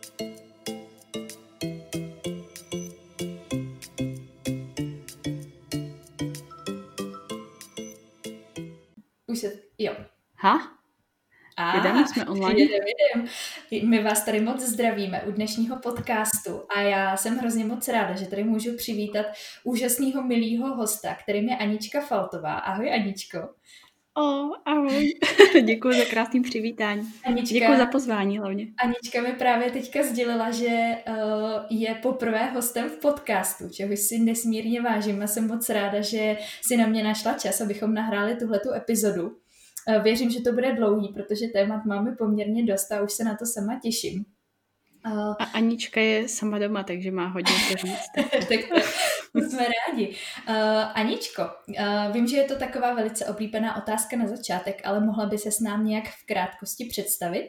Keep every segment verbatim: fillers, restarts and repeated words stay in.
Už se, jo. Ha? A, jedeme, jsme online. Jedem, jedem. My vás tady moc zdravíme u dnešního podcastu a já jsem hrozně moc ráda, že tady můžu přivítat úžasného milýho hosta, kterým je Anička Faltová. Ahoj Aničko. O, ahoj. Děkuji za krásný přivítání. Anička, Děkuji za pozvání hlavně. Anička mi právě teďka sdělila, že uh, je poprvé hostem v podcastu, čehož si nesmírně vážím a jsem moc ráda, že si na mě našla čas, abychom nahráli tuhletu epizodu. Věřím, že to bude dlouhý, protože témat máme poměrně dost a už se na to sama těším. Uh, a Anička je sama doma, takže má hodně co říct. Tak to jsme rádi. Uh, Aničko, uh, vím, že je to taková velice oblíbená otázka na začátek, ale mohla by se s námi nějak v krátkosti představit?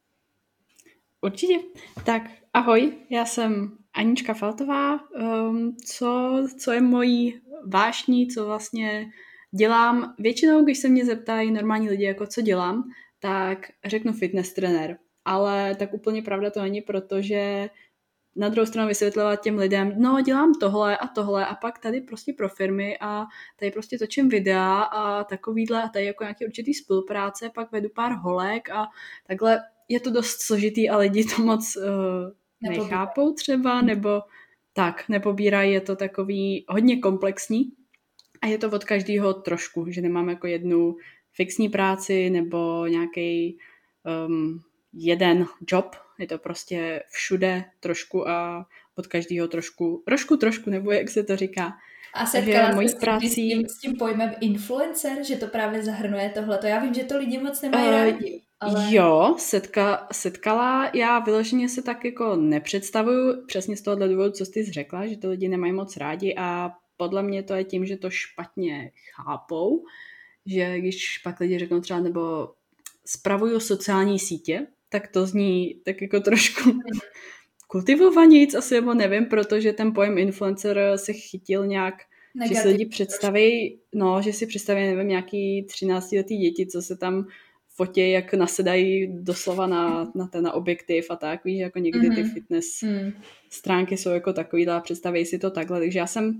Určitě. Tak ahoj, já jsem Anička Faltová. Um, co, co je mojí vášní, co vlastně dělám, většinou, když se mě zeptají normální lidi, jako co dělám, tak řeknu fitness trenér. Ale tak úplně pravda to není, protože na druhou stranu vysvětlovat těm lidem, no dělám tohle a tohle a pak tady prostě pro firmy a tady prostě točím videa a takovýhle a tady jako nějaký určitý spolupráce, pak vedu pár holek a takhle je to dost složitý a lidi to moc uh, nechápou třeba, nebo tak, nepobírají, je to takový hodně komplexní. A je to od každého trošku, že nemám jako jednu fixní práci nebo nějaký um, jeden job. Je to prostě všude trošku a od každého trošku, trošku, trošku, nebo jak se to říká. A setkala jsi prací... s, tím, s tím pojmem influencer, že to právě zahrnuje tohleto. Já vím, že to lidi moc nemají uh, rádi. Ale... Jo, setka, setkala. Já vyloženě se tak jako nepředstavuju přesně z tohohle důvodu, co jsi řekla, že to lidi nemají moc rádi a podle mě to je tím, že to špatně chápou, že když pak lidi řeknou třeba nebo spravuju sociální sítě, tak to zní tak jako trošku kultivovaníc asi, nebo nevím, protože ten pojem influencer se chytil nějak, negativ, že si lidi představí, no, že si představí, nevím, nějaký třináctiletý děti, co se tam fotě, jak nasedají doslova na, na ten na objektiv a tak, víš, jako někdy mm-hmm. ty fitness mm. stránky jsou jako takovýhle a představí si to takhle, takže já jsem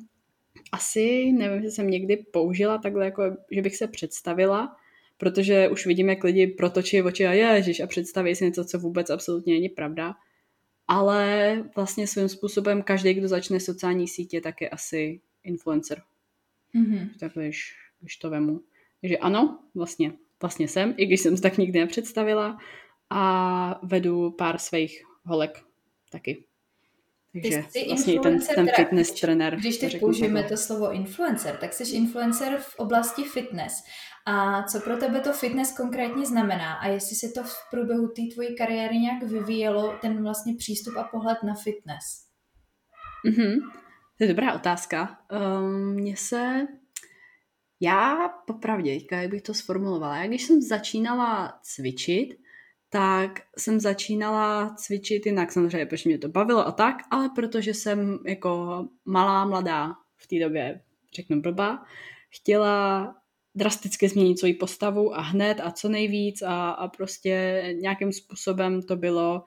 asi, nevím, že jsem někdy použila takhle, jako, že bych se představila, protože už vidím, jak lidi protočí oči a ježiš a představí si něco, co vůbec absolutně není pravda. Ale vlastně svým způsobem každý, kdo začne sociální sítě, tak je asi influencer. Mm-hmm. Takhle, když, když to vemu. Takže ano, vlastně, vlastně jsem, i když jsem se tak nikdy nepředstavila a vedu pár svých holek taky. Takže vlastně ten, ten fitness když, trenér. Když teď použijeme to slovo influencer, tak jsi influencer v oblasti fitness. A co pro tebe to fitness konkrétně znamená? A jestli se to v průběhu té tvojí kariéry nějak vyvíjelo, ten vlastně přístup a pohled na fitness? Mm-hmm. To je dobrá otázka. Um, mně se... Já popravdě, jak bych to sformulovala, já když jsem začínala cvičit, tak jsem začínala cvičit jinak samozřejmě, protože mě to bavilo a tak, ale protože jsem jako malá, mladá v té době, řeknu blbá, chtěla drasticky změnit svoji postavu a hned a co nejvíc a, a prostě nějakým způsobem to bylo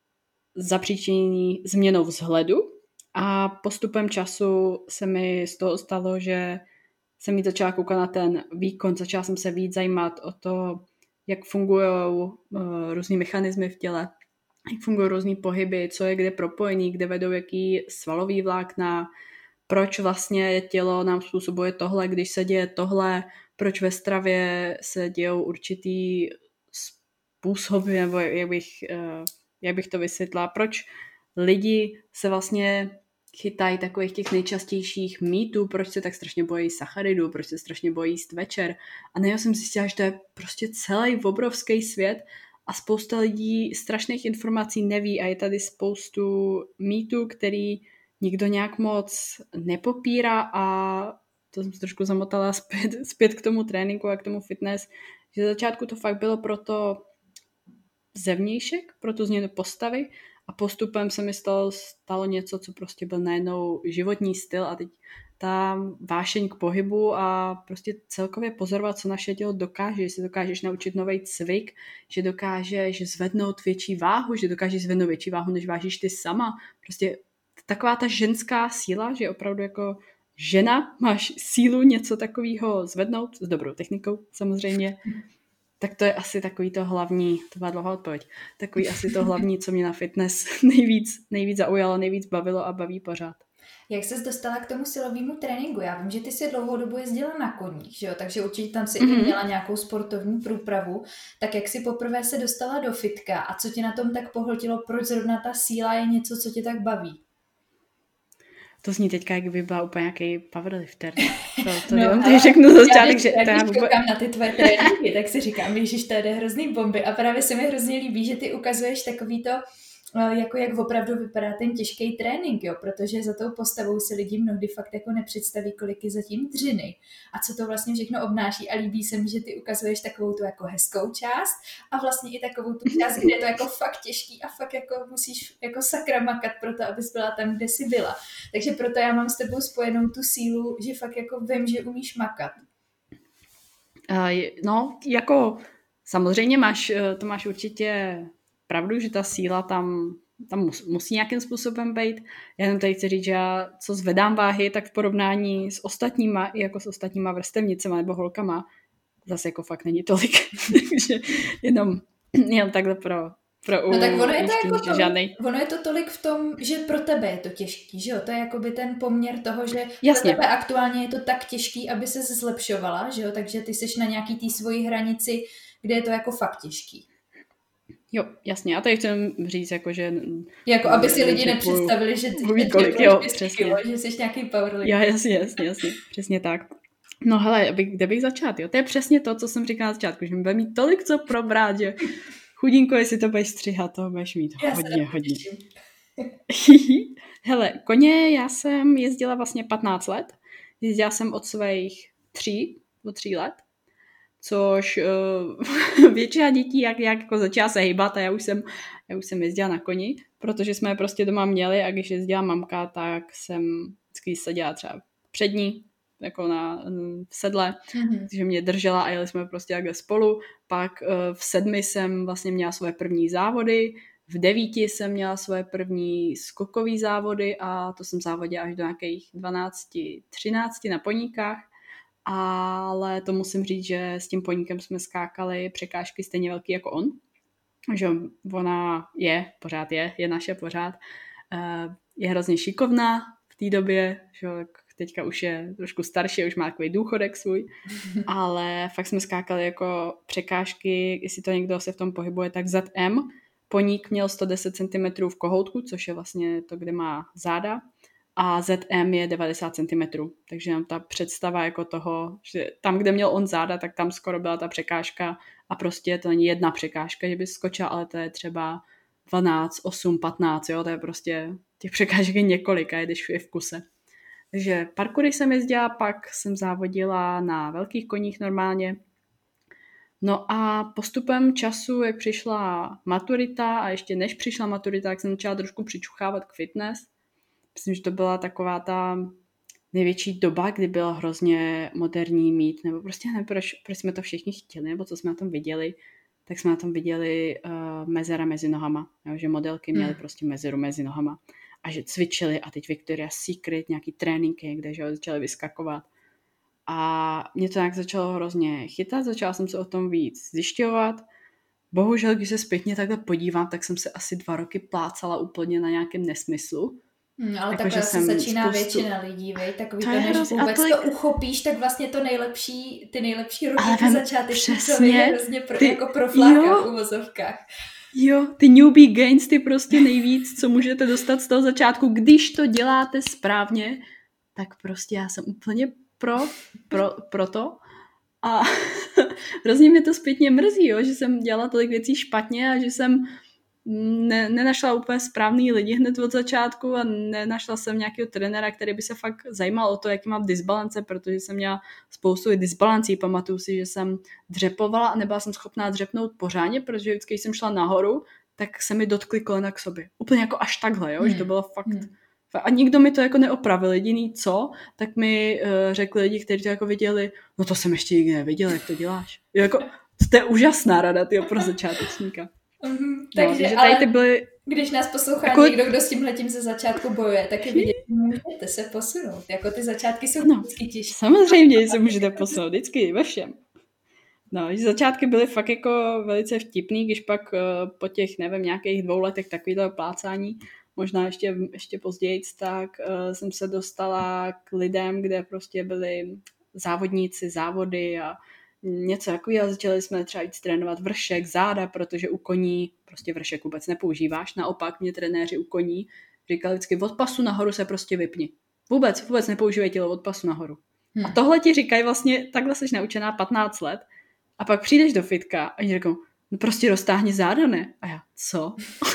zapříčinění změnou vzhledu a postupem času se mi z toho stalo, že jsem mi začala koukat na ten výkon, začala jsem se víc zajímat o to, jak fungují uh, různý mechanismy v těle, jak fungují různý pohyby, co je kde propojený, kde vedou jaký svalový vlákna, proč vlastně tělo nám způsobuje tohle, když se děje tohle, proč ve stravě se dějou určitý způsoby, nebo jak bych, uh, jak bych to vysvětlila, proč lidi se vlastně chytají takových těch nejčastějších mýtů, proč se tak strašně bojí sacharidů, proč se strašně bojí jíst večer. A najednou jsem zjistila, že to je prostě celý obrovský svět a spousta lidí strašných informací neví a je tady spoustu mýtů, který nikdo nějak moc nepopírá a to jsem se trošku zamotala zpět, zpět k tomu tréninku a k tomu fitness, že za začátku to fakt bylo pro to zevnějšek, pro tu změnu postavy a postupem se mi stalo, stalo něco, co prostě byl najednou životní styl a teď ta vášeň k pohybu a prostě celkově pozorovat, co naše tělo dokáže, že se dokážeš naučit nový cvik, že dokážeš zvednout větší váhu, že dokážeš zvednout větší váhu, než vážíš ty sama. Prostě taková ta ženská síla, že opravdu jako žena máš sílu něco takového zvednout, s dobrou technikou samozřejmě, tak to je asi takový to hlavní, to byla dlouhá odpověď, takový asi to hlavní, co mě na fitness nejvíc, nejvíc zaujalo, nejvíc bavilo a baví pořád. Jak ses dostala k tomu silovému tréninku? Já vím, že ty si dlouhou dobu jezdila na koních, že jo? Takže určitě tam si mm-hmm. i měla nějakou sportovní průpravu. Tak jak si poprvé se dostala do fitka a co tě na tom tak pohltilo? Proč zrovna ta síla je něco, co tě tak baví? To zní teďka, jak by byla úplně nějaký powerlifter. To, to no, jenom tady řeknu za začátek, že... Já když koukám na ty tvoje tréninky, tak si říkám, ježiš, to je hrozný bomby. A právě se mi hrozně líbí, že ty ukazuješ takový to, jako jak opravdu vypadá ten těžký trénink, jo, protože za tou postavou si lidi mnohdy fakt jako nepředstaví, kolik je zatím dřiny a co to vlastně všechno obnáší a líbí se mi, že ty ukazuješ takovou tu jako hezkou část a vlastně i takovou tu část, kde je to jako fakt těžký a fakt jako musíš jako sakra makat pro to, abys byla tam, kde jsi byla. Takže proto já mám s tebou spojenou tu sílu, že fakt jako vím, že umíš makat. Uh, no, jako samozřejmě máš, to máš určitě pravdu, že ta síla tam, tam mus, musí nějakým způsobem být. Já jenom tady chci říct, že já, co zvedám váhy, tak v porovnání s ostatníma, i jako s ostatníma vrstevnicema nebo holkama, zase jako fakt není tolik. Takže jenom, jenom takhle pro, pro no tak ono je, to jako to, žádnej... ono je to tolik v tom, že pro tebe je to těžký, že jo? To je jakoby ten poměr toho, že Jasně. pro tebe aktuálně je to tak těžký, aby se zlepšovala, že jo? Takže ty seš na nějaký té svojí hranici, kde je to jako fakt těžký. Jo, jasně. A tady chcem říct, jako, že... Jako, aby si lidi nepředstavili, že ty kolik, jo, přesně. Kilo, že jsi nějaký powerlifter. Jo, jasně, jasně, jasně. Přesně tak. No hele, kde bych začal, jo? To je přesně to, co jsem říkala na začátku, že mi bude mít tolik co probrat, že chudinko, jestli to budeš stříhat, to budeš mít já hodně, hodně. Hele, koně já jsem jezdila vlastně patnáct let. Jezdila jsem od svých tří, od tří let. Což uh, většina dětí jak, jak jako začala se hýbat a já už, jsem, já už jsem jezdila na koni, protože jsme je prostě doma měli a když jezdila mamka, tak jsem vždycky seděla třeba před ní, jako na v sedle, mm-hmm. takže mě držela a jeli jsme prostě takhle spolu. Pak uh, v sedmi jsem vlastně měla svoje první závody, v devíti jsem měla svoje první skokové závody a to jsem závodila až do nějakých dvanácti, třinácti na poníkách. Ale to musím říct, že s tím poníkem jsme skákali překážky stejně velký jako on. Že ona je, pořád je, je naše pořád. Je hrozně šikovná v té době, že teďka už je trošku starší, už má takový důchodek svůj, ale fakt jsme skákali jako překážky, jestli to někdo se v tom pohybuje, tak zet em. Poník měl sto deset centimetrů v kohoutku, což je vlastně to, kde má záda. A zet em je devadesát centimetrů, takže nám ta představa jako toho, že tam, kde měl on záda, tak tam skoro byla ta překážka a prostě to není jedna překážka, že by skočila, ale to je třeba dvanáct, osm, patnáct, jo, to je prostě těch překážek je několik a jedeš je v kuse. Takže parkoury jsem jezdila, pak jsem závodila na velkých koních normálně. No a postupem času, jak přišla maturita a ještě než přišla maturita, tak jsem začala trošku přičuchávat k fitness. Myslím, že to byla taková ta největší doba, kdy bylo hrozně moderní mít, nebo prostě nevím, proč, proč jsme to všichni chtěli, nebo co jsme na tom viděli, tak jsme na tom viděli uh, mezera mezi nohama, jo, že modelky měly hmm. prostě mezeru mezi nohama a že cvičili a teď Victoria's Secret, nějaký tréninky, kde že, začaly vyskakovat. A mě to nějak začalo hrozně chytat, začala jsem se o tom víc zjišťovat. Bohužel, když se zpětně takhle podívám, tak jsem se asi dva roky plácala úplně na nějakém nesmyslu. Hmm, ale jako, takhle se začíná spoustu... většina lidí, vej? Takový to, to než hrozně, vůbec tolik... to uchopíš, tak vlastně to nejlepší, ty nejlepší roky ty začáteční člověk je hrozně pro, ty... jako profláka v uvozovkách. Jo, ty newbie gains, ty prostě nejvíc, co můžete dostat z toho začátku, když to děláte správně, tak prostě já jsem úplně pro, pro, pro to. A hrozně mě to zpětně mrzí, jo, že jsem dělala tolik věcí špatně a že jsem ne, nenašla úplně správný lidi hned od začátku a nenašla jsem nějakého trenéra, který by se fakt zajímal o to, jaký mám disbalance, protože jsem měla spoustu disbalancí. Pamatuju si, že jsem dřepovala a nebyla jsem schopná dřepnout pořádně, protože vždycky, když jsem šla nahoru, tak se mi dotkly kolena k sobě. Úplně jako až takhle, jo? Hmm. Že to bylo fakt, hmm. A nikdo mi to jako neopravil. Jediný co, tak mi uh, řekli lidi, kteří to jako viděli, no to jsem ještě nikdy neviděl, jak to děláš. Jako, to je úžasná rada, tyjo, pro začátečníka. Mm, no, takže, tady ale ty byly... když nás poslouchá jako... někdo, kdo s tímhletím ze začátku bojuje, tak je vidět, že můžete se posunout. Jako ty začátky jsou no, vždycky těžké. Samozřejmě se můžete posunout, vždycky, ve všem. No, začátky byly fakt jako velice vtipný, když pak uh, po těch, nevím, nějakých dvou letech takovýhle plácání, možná ještě, ještě později, tak uh, jsem se dostala k lidem, kde prostě byli závodníci, závody a něco takového. Začali jsme třeba víc trénovat vršek, záda, protože u koní prostě vršek vůbec nepoužíváš. Naopak mě trenéři u koní říkali vždycky, od pasu nahoru se prostě vypni. Vůbec, vůbec nepoužívej tělo od pasu nahoru. Hmm. A tohle ti říkají vlastně, takhle jsi naučená patnáct let a pak přijdeš do fitka a oni řeknou, no prostě roztáhni záda, ne? A já, co?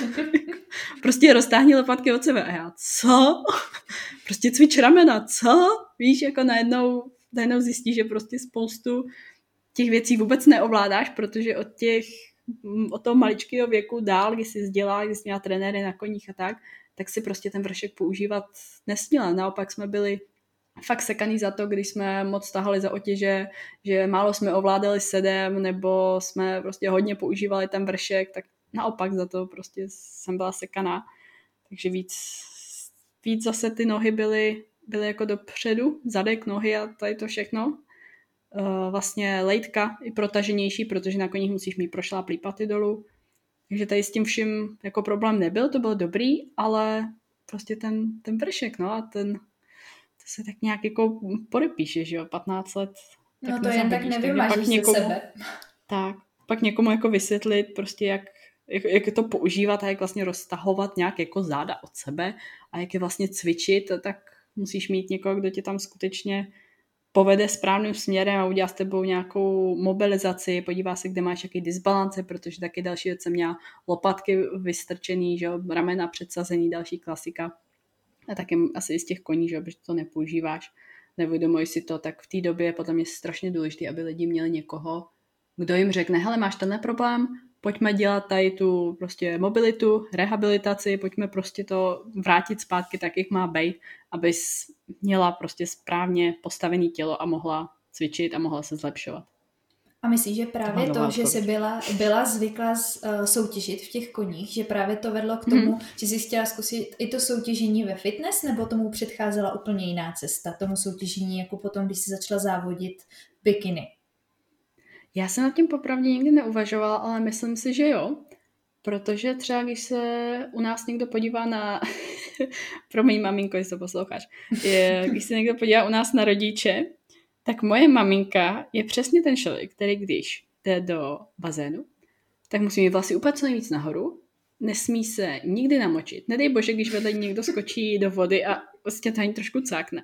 Prostě roztáhni lopatky od sebe. A já, co? Prostě cvič ramena, co? Víš, jako najednou, najednou zjistíš, že prostě spoustu těch věcí vůbec neovládáš, protože od těch, od toho maličkého věku dál, když jsi vzdělala, když jsi měla trenéry na koních a tak, tak si prostě ten vršek používat nesměla. Naopak jsme byli fakt sekaný za to, když jsme moc tahali za otěže, že málo jsme ovládali sedem, nebo jsme prostě hodně používali ten vršek, tak naopak za to prostě jsem byla sekaná. Takže víc, víc zase ty nohy byly, byly jako dopředu, zadek, nohy a tady to všechno. Uh, vlastně lejtka i protaženější, protože na koních musíš mít prošláplý paty dolů. Takže tady s tím vším jako problém nebyl, to bylo dobrý, ale prostě ten, ten vršek, no a ten to se tak nějak jako podepíše, že jo, patnáct let. No to jen tak nevymažíš někomu, ze sebe. Tak, pak někomu jako vysvětlit prostě, jak, jak, jak to používat a jak vlastně roztahovat nějak jako záda od sebe a jak je vlastně cvičit, tak musíš mít někoho, kdo tě tam skutečně povede správným směrem a udělá s tebou nějakou mobilizaci, podívá se, kde máš jaký disbalance, protože taky další věc jsem měla lopatky vystrčený, že jo, ramena předsazený, další klasika. A taky asi z těch koní, že jo, protože to nepoužíváš, neuvědomuješ si to, tak v té době je podle mě strašně důležité, aby lidi měli někoho, kdo jim řekne, hele, máš tenhle problém, pojďme dělat tady tu prostě mobilitu, rehabilitaci, pojďme prostě to vrátit zpátky tak, jak má být, abys měla prostě správně postavené tělo a mohla cvičit a mohla se zlepšovat. A myslíš, že právě to, to že jsi byla, byla zvyklá uh, soutěžit v těch koních, že právě to vedlo k tomu, hmm. že jsi chtěla zkusit i to soutěžení ve fitness, nebo tomu předcházela úplně jiná cesta, tomu soutěžení jako potom, když jsi začala závodit bikiny? Já jsem nad tím popravdě nikdy neuvažovala, ale myslím si, že jo, protože třeba když se u nás někdo podívá na, promiň maminko, jestli to posloucháš, je, když se někdo podívá u nás na rodiče, tak moje maminka je přesně ten člověk, který když jde do bazénu, tak musí mít vlasy úplně co nejvíc nahoru, nesmí se nikdy namočit. Nedej bože, když vedle někdo skočí do vody a vlastně to ani trošku cákne.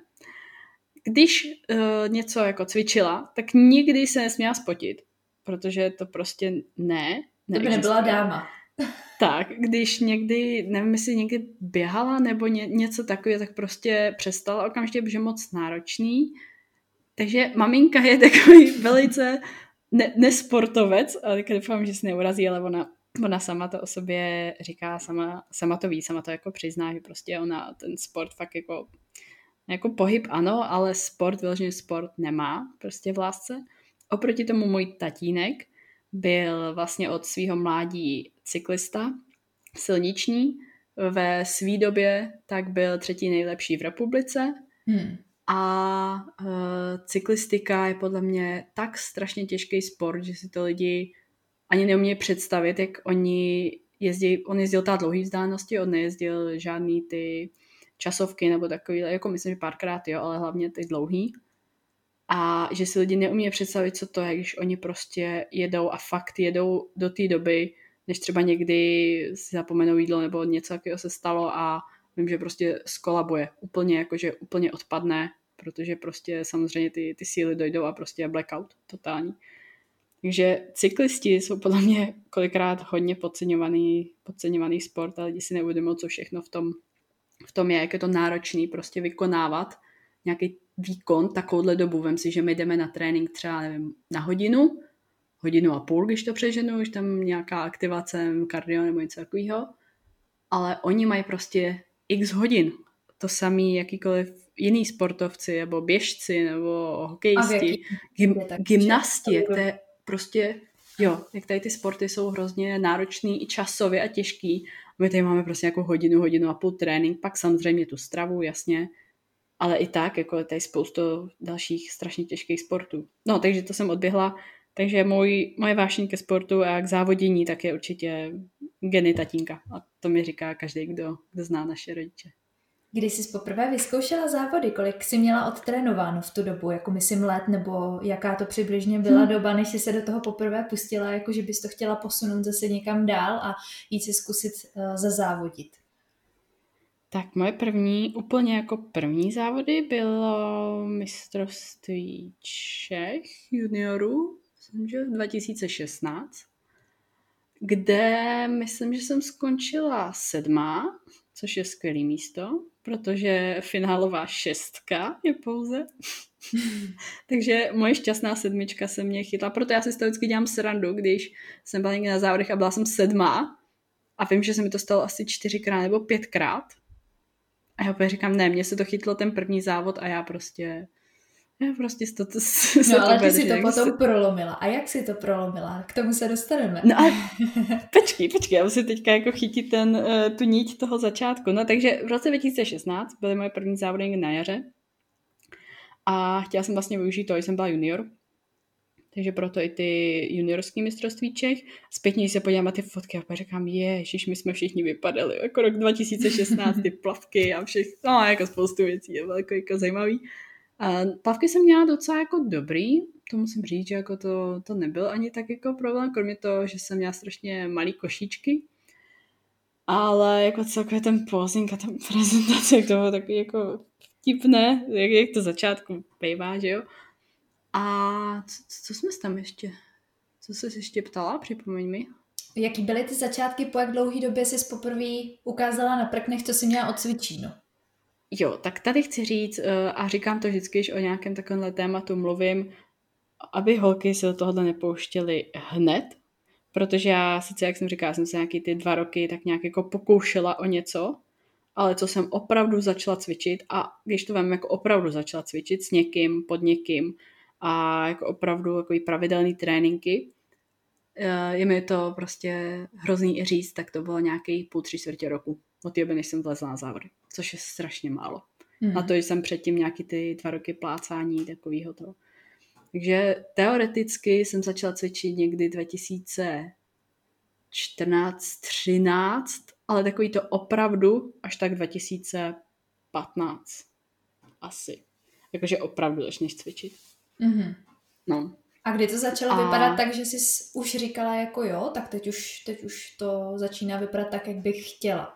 Když uh, něco jako cvičila, tak nikdy se nesměla spotit, protože to prostě ne. To by nebyla dáma. Tak, když někdy, nevím, jestli někdy běhala nebo ně, něco takového, tak prostě přestala okamžitě, protože je moc náročný. Takže maminka je takový velice ne, nesportovec, ale teďka doufám, že se neurazí, ale ona, ona sama to o sobě říká, sama, sama to ví, sama to jako přizná, že prostě ona ten sport fakt jako jako pohyb ano, ale sport, vyložený sport nemá prostě v lásce. Oproti tomu můj tatínek byl vlastně od svého mládí cyklista, silniční. Ve své době tak byl třetí nejlepší v republice. Hmm. A uh, cyklistika je podle mě tak strašně těžký sport, že si to lidi ani neumějí představit, jak oni jezdí, on jezdil ta dlouhý vzdálenosti, on nejezdil žádný ty časovky nebo takový, jako myslím, že párkrát jo, ale hlavně ty dlouhý. A že si lidi neumí představit, co to je, když oni prostě jedou a fakt jedou do té doby, než třeba někdy si zapomenou jídlo nebo něco takového se stalo a vím, že prostě skolabuje. Úplně jakože úplně odpadne, protože prostě samozřejmě ty, ty síly dojdou a prostě je blackout totální. Takže cyklisti jsou podle mě kolikrát hodně podceňovaný, podceňovaný sport a lidi si neuvědomují, co všechno v tom v tom je, jak je to náročný prostě vykonávat nějaký výkon takovouhle dobu. Vem si, že my jdeme na trénink třeba nevím, na hodinu, hodinu a půl, když to přeženu, když tam nějaká aktivace, kardio nebo něco takového, ale oni mají prostě x hodin to samý jakýkoliv jiný sportovci, nebo běžci, nebo hokejisti, gym, gymnasti, jak to je prostě, jo, jak tady ty sporty jsou hrozně náročný i časově a těžký. My tady máme prostě jako hodinu, hodinu a půl trénink, pak samozřejmě tu stravu, jasně, ale i tak, jako je tady spoustu dalších strašně těžkých sportů. No, takže to jsem odběhla. Takže můj, moje vášeň ke sportu a k závodění tak je určitě geny tatínka. A to mi říká každý, kdo, kdo zná naše rodiče. Když jsi poprvé vyzkoušela závody, kolik jsi měla odtrénováno v tu dobu, jako myslím let, nebo jaká to přibližně byla hmm. doba, než jsi se do toho poprvé pustila, jako že bys to chtěla posunout zase někam dál a jít si zkusit uh, zazávodit? Tak moje první, úplně jako první závody bylo mistrovství Čech juniorů, myslím, že dva tisíce šestnáct, kde myslím, že jsem skončila sedmá, což je skvělý místo, protože finálová šestka je pouze. Takže moje šťastná sedmička se mě chytla, proto já si z toho vždycky dělám srandu, když jsem byla někde na závodech a byla jsem sedmá a vím, že se mi to stalo asi čtyřikrát nebo pětkrát. A já opět říkám, ne, mně se to chytlo ten první závod a já prostě, já prostě to, to, no to ale ty si to potom se... prolomila. A jak si to prolomila? K tomu se dostaneme. No ale počkej, počkej, já musím teďka jako chytit ten, tu niť toho začátku. No takže v roce dva tisíce šestnáct byly moje první závody na jaře a chtěla jsem vlastně využít to, že jsem byla junior. Takže proto i ty juniorský mistrovství Čech. Zpětně, když se podívám na ty fotky a říkám, ježiš, my jsme všichni vypadali. Jako rok dva tisíce šestnáct, ty plavky a všech, no jako spoustu věcí, je velko jako zajímavý. A plavky jsem měla docela jako dobrý, to musím říct, že jako to, to nebyl ani tak jako problém, kromě toho, že jsem měla strašně malý košíčky. Ale jako celkově ten posing a ta prezentace, jak to bylo takový jako vtipné, jak, jak to začátku bývá, že jo. A co, co jsme tam ještě? Co jsi ještě ptala? Připomeň mi. Jaký byly ty začátky, po jak dlouhý době jsi poprvé ukázala na prknech, co jsi měla odcvičíno? Jo, tak tady chci říct, a říkám to vždycky, když o nějakém takovémhle tématu mluvím, aby holky se do tohohle nepouštěly hned, protože já sice, jak jsem říkala, jsem se nějaký ty dva roky tak nějak jako pokoušela o něco, ale co jsem opravdu začala cvičit a když to vem jako opravdu začala cvičit s někým, pod někým, a jako opravdu jako pravidelný tréninky. Je mi to prostě hrozný i říct, tak to bylo nějaký půl, tři čtvrtě roku. Od té doby, než jsem vlezla na závody, což je strašně málo. Mm. Na to, že jsem předtím nějaký ty dva roky plácání takovýho toho. Takže teoreticky jsem začala cvičit někdy dva tisíce čtrnáct třináct, ale takový to opravdu až tak dva tisíce patnáct. Asi. Jakože opravdu začneš cvičit. Mm-hmm. No. A kdy to začalo a... vypadat tak, že jsi už říkala jako jo, tak teď už, teď už to začíná vypadat tak, jak bych chtěla?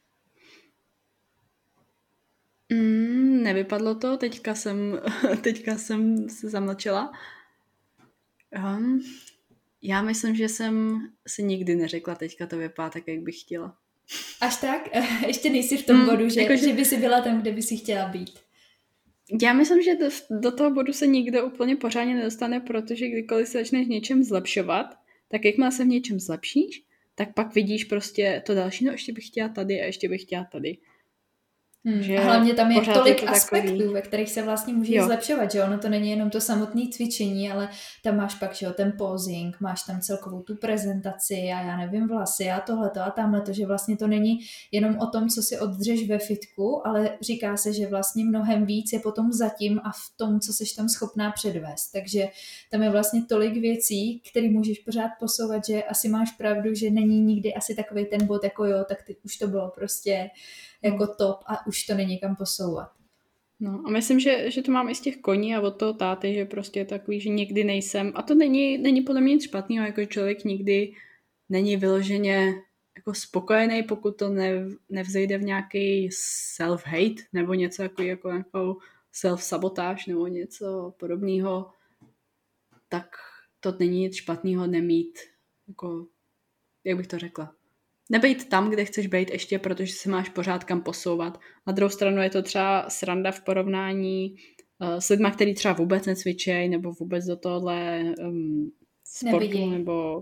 Mm, nevypadlo to, teďka jsem, teďka jsem se zamlčela. Um, já myslím, že jsem si nikdy neřekla, teďka to vypadá tak, jak bych chtěla. Až tak? Ještě nejsi v tom mm, bodu, že, jako, že... že by si byla tam, kde by si chtěla být? Já myslím, že do, do toho bodu se nikdo úplně pořádně nedostane, protože kdykoliv se začneš něčem zlepšovat, tak jakmile se v něčem zlepšíš, tak pak vidíš prostě to další, no ještě bych chtěla tady a ještě bych chtěla tady. Hmm. A hlavně tam je tolik je to aspektů, takový... ve kterých se vlastně můžeš zlepšovat, že ono to není jenom to samotné cvičení, ale tam máš pak, že jo, ten posing, máš tam celkovou tu prezentaci a já nevím, vlasy a tohleto a tamhleto, že vlastně to není jenom o tom, co si oddřeš ve fitku, ale říká se, že vlastně mnohem víc je potom zatím a v tom, co seš tam schopná předvést. Takže tam je vlastně tolik věcí, které můžeš pořád posouvat, že asi máš pravdu, že není nikdy asi takovej ten bod jako jo, tak ty, už to bylo prostě jako top a už to není kam posouvat. No a myslím, že, že to mám i z těch koní a od toho táty, že prostě je takový, že nikdy nejsem, a to není, není podle mě nic špatného, jako člověk nikdy není vyloženě jako spokojený, pokud to ne, nevzejde v nějaký self-hate nebo něco jako, jako, jako self-sabotáž nebo něco podobného, tak to není nic špatného nemít, jako, jak bych to řekla, nebejt tam, kde chceš být ještě, protože se máš pořád kam posouvat. Na druhou stranu je to třeba sranda v porovnání uh, s lidma, který třeba vůbec necvičejí nebo vůbec do tohohle um, sportu nevidí. nebo